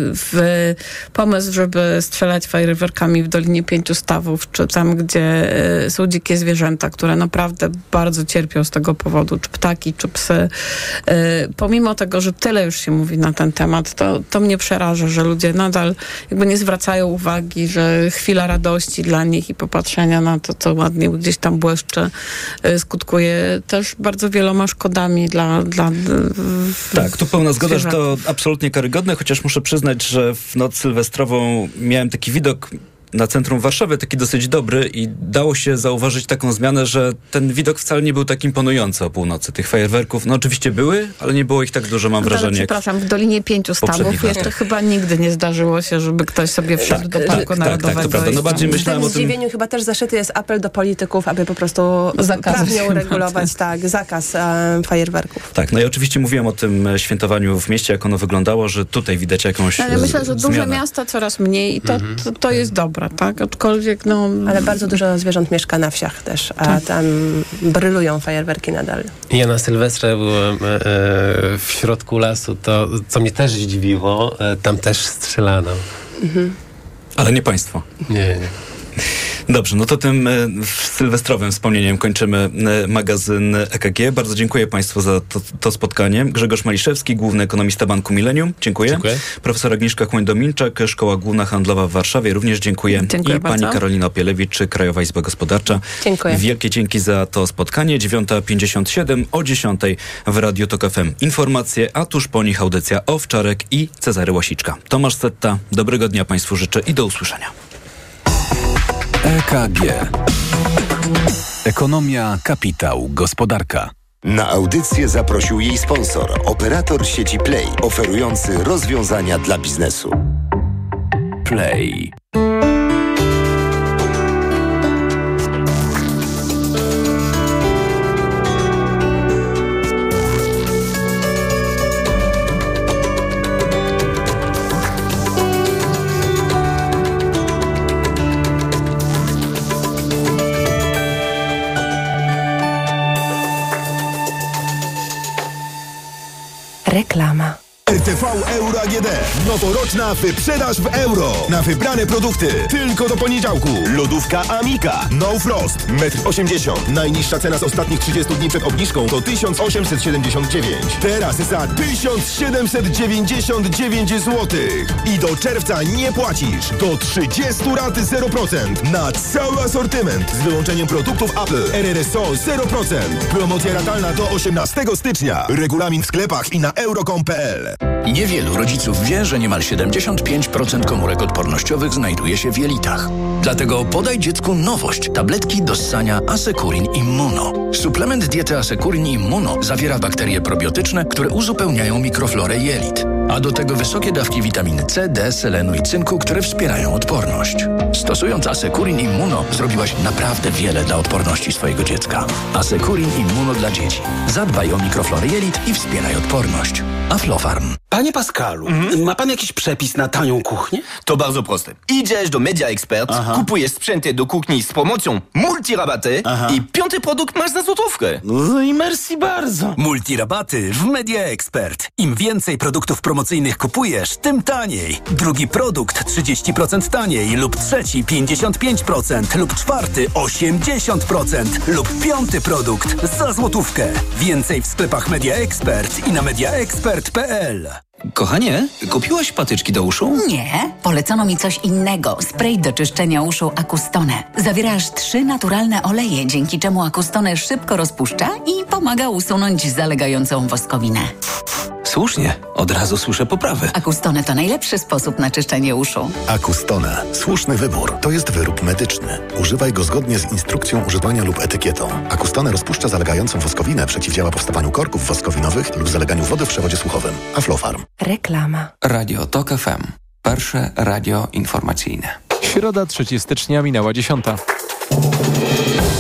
w pomysł, żeby strzelać fajerwerkami w Dolinie Pięciu Stawów, czy tam, gdzie y, są dzikie zwierzęta, które naprawdę bardzo cierpią z tego powodu, czy ptaki, czy psy. Y, pomimo tego, że tyle już się mówi na ten temat, to, to mnie przeraża, że ludzie nadal jakby nie zwracają uwagi, że chwila radości dla nich i popatrzenia na to, co ładnie gdzieś tam błyszczy, y, skutkuje też bardzo wieloma szkodami dla... dla w, tak, tu pełna zgoda, że to absolutnie karygodne, chociaż muszę przyznać, że w noc sylwestrową miałem taki widok na centrum Warszawy, taki dosyć dobry, i dało się zauważyć taką zmianę, że ten widok wcale nie był tak imponujący o północy. Tych fajerwerków, no oczywiście były, ale nie było ich tak dużo, mam no, wrażenie. Przepraszam, w Dolinie Pięciu Stawów jeszcze chyba nigdy nie zdarzyło się, żeby ktoś sobie wszedł tak, do Parku tak, Narodowego. Tak, to prawda. No bardziej myślałem o tym... W zdziwieniu chyba też zaszyty jest apel do polityków, aby po prostu prawnie uregulować tak, zakaz e, fajerwerków. Tak, no i oczywiście mówiłem o tym świętowaniu w mieście, jak ono wyglądało, że tutaj widać jakąś Ale myślę, że zmianę. Duże miasta coraz mniej i to, mhm. to, to jest dobre, tak? Aczkolwiek no... Ale bardzo dużo zwierząt mieszka na wsiach też, a tak. tam brylują fajerwerki nadal. Ja na Sylwestrze byłem e, w środku lasu, to co mnie też zdziwiło, e, tam też strzelano. Mhm. Ale nie państwo. Nie, nie. Dobrze, no to tym e, sylwestrowym wspomnieniem kończymy e, magazyn E K G. Bardzo dziękuję państwu za to, to spotkanie. Grzegorz Maliszewski, główny ekonomista Banku Millennium. Dziękuję. Dziękuję. Profesor Agnieszka Chłoń-Dominczak, Szkoła Główna Handlowa w Warszawie. Również dziękuję. Dziękuję I bardzo. pani Karolina Opielewicz, Krajowa Izba Gospodarcza. Dziękuję. Wielkie dzięki za to spotkanie. dziewiąta pięćdziesiąt siedem, o dziesiątej w Radiu Tok F M. Informacje, a tuż po nich audycja Owczarek i Cezary Łasiczka. Tomasz Setta, dobrego dnia państwu życzę i do usłyszenia. E K G. Ekonomia, kapitał, gospodarka. Na audycję zaprosił jej sponsor, operator sieci Play, oferujący rozwiązania dla biznesu. Play. Wow Euro A G D. Noworoczna wyprzedaż w euro. Na wybrane produkty. Tylko do poniedziałku. Lodówka Amika. No Frost. metr osiemdziesiąt. Najniższa cena z ostatnich trzydziestu dni przed obniżką to tysiąc osiemset siedemdziesiąt dziewięć. Teraz za tysiąc siedemset dziewięćdziesiąt dziewięć złotych. I do czerwca nie płacisz. Do trzydziestu rat zero procent. Na cały asortyment. Z wyłączeniem produktów Apple. R R S O zero procent. Promocja ratalna do osiemnastego stycznia. Regulamin w sklepach i na euro kropka com kropka p l. Niewielu rodziców wie, że niemal siedemdziesiąt pięć procent komórek odpornościowych znajduje się w jelitach. Dlatego podaj dziecku nowość. Tabletki do ssania Asekurin Immuno. Suplement diety Asekurin Immuno zawiera bakterie probiotyczne, które uzupełniają mikroflorę jelit. A do tego wysokie dawki witaminy C, D, selenu i cynku, które wspierają odporność. Stosując Asekurin Immuno zrobiłaś naprawdę wiele dla odporności swojego dziecka. Asekurin Immuno dla dzieci. Zadbaj o mikroflorę jelit i wspieraj odporność. Aflofarm. Panie Pascalu, mhm. ma pan jakiś przepis na tanią kuchnię? To bardzo proste. Idziesz do Media Expert, Aha. kupujesz sprzęty do kuchni z promocją multirabaty Aha. i piąty produkt masz za złotówkę. No i merci bardzo. Multirabaty w Media Expert. Im więcej produktów promocyjnych kupujesz, tym taniej. Drugi produkt trzydzieści procent taniej lub trzeci pięćdziesiąt pięć procent lub czwarty osiemdziesiąt procent lub piąty produkt za złotówkę. Więcej w sklepach Media Expert i na media expert kropka p l. Kochanie, kupiłaś patyczki do uszu? Nie, polecono mi coś innego. Spray do czyszczenia uszu Acustone. Zawiera aż trzy naturalne oleje, dzięki czemu Acustone szybko rozpuszcza i pomaga usunąć zalegającą woskowinę. Słusznie, od razu słyszę poprawy. Acustone to najlepszy sposób na czyszczenie uszu. Acustone. Słuszny wybór. To jest wyrób medyczny. Używaj go zgodnie z instrukcją używania lub etykietą. Acustone rozpuszcza zalegającą woskowinę, przeciwdziała powstawaniu korków woskowinowych lub zaleganiu wody w przewodzie słuchowym. Aflofarm. Reklama. Radio Tok F M. Pierwsze radio informacyjne. Środa, trzeciego stycznia, minęła dziesiąta.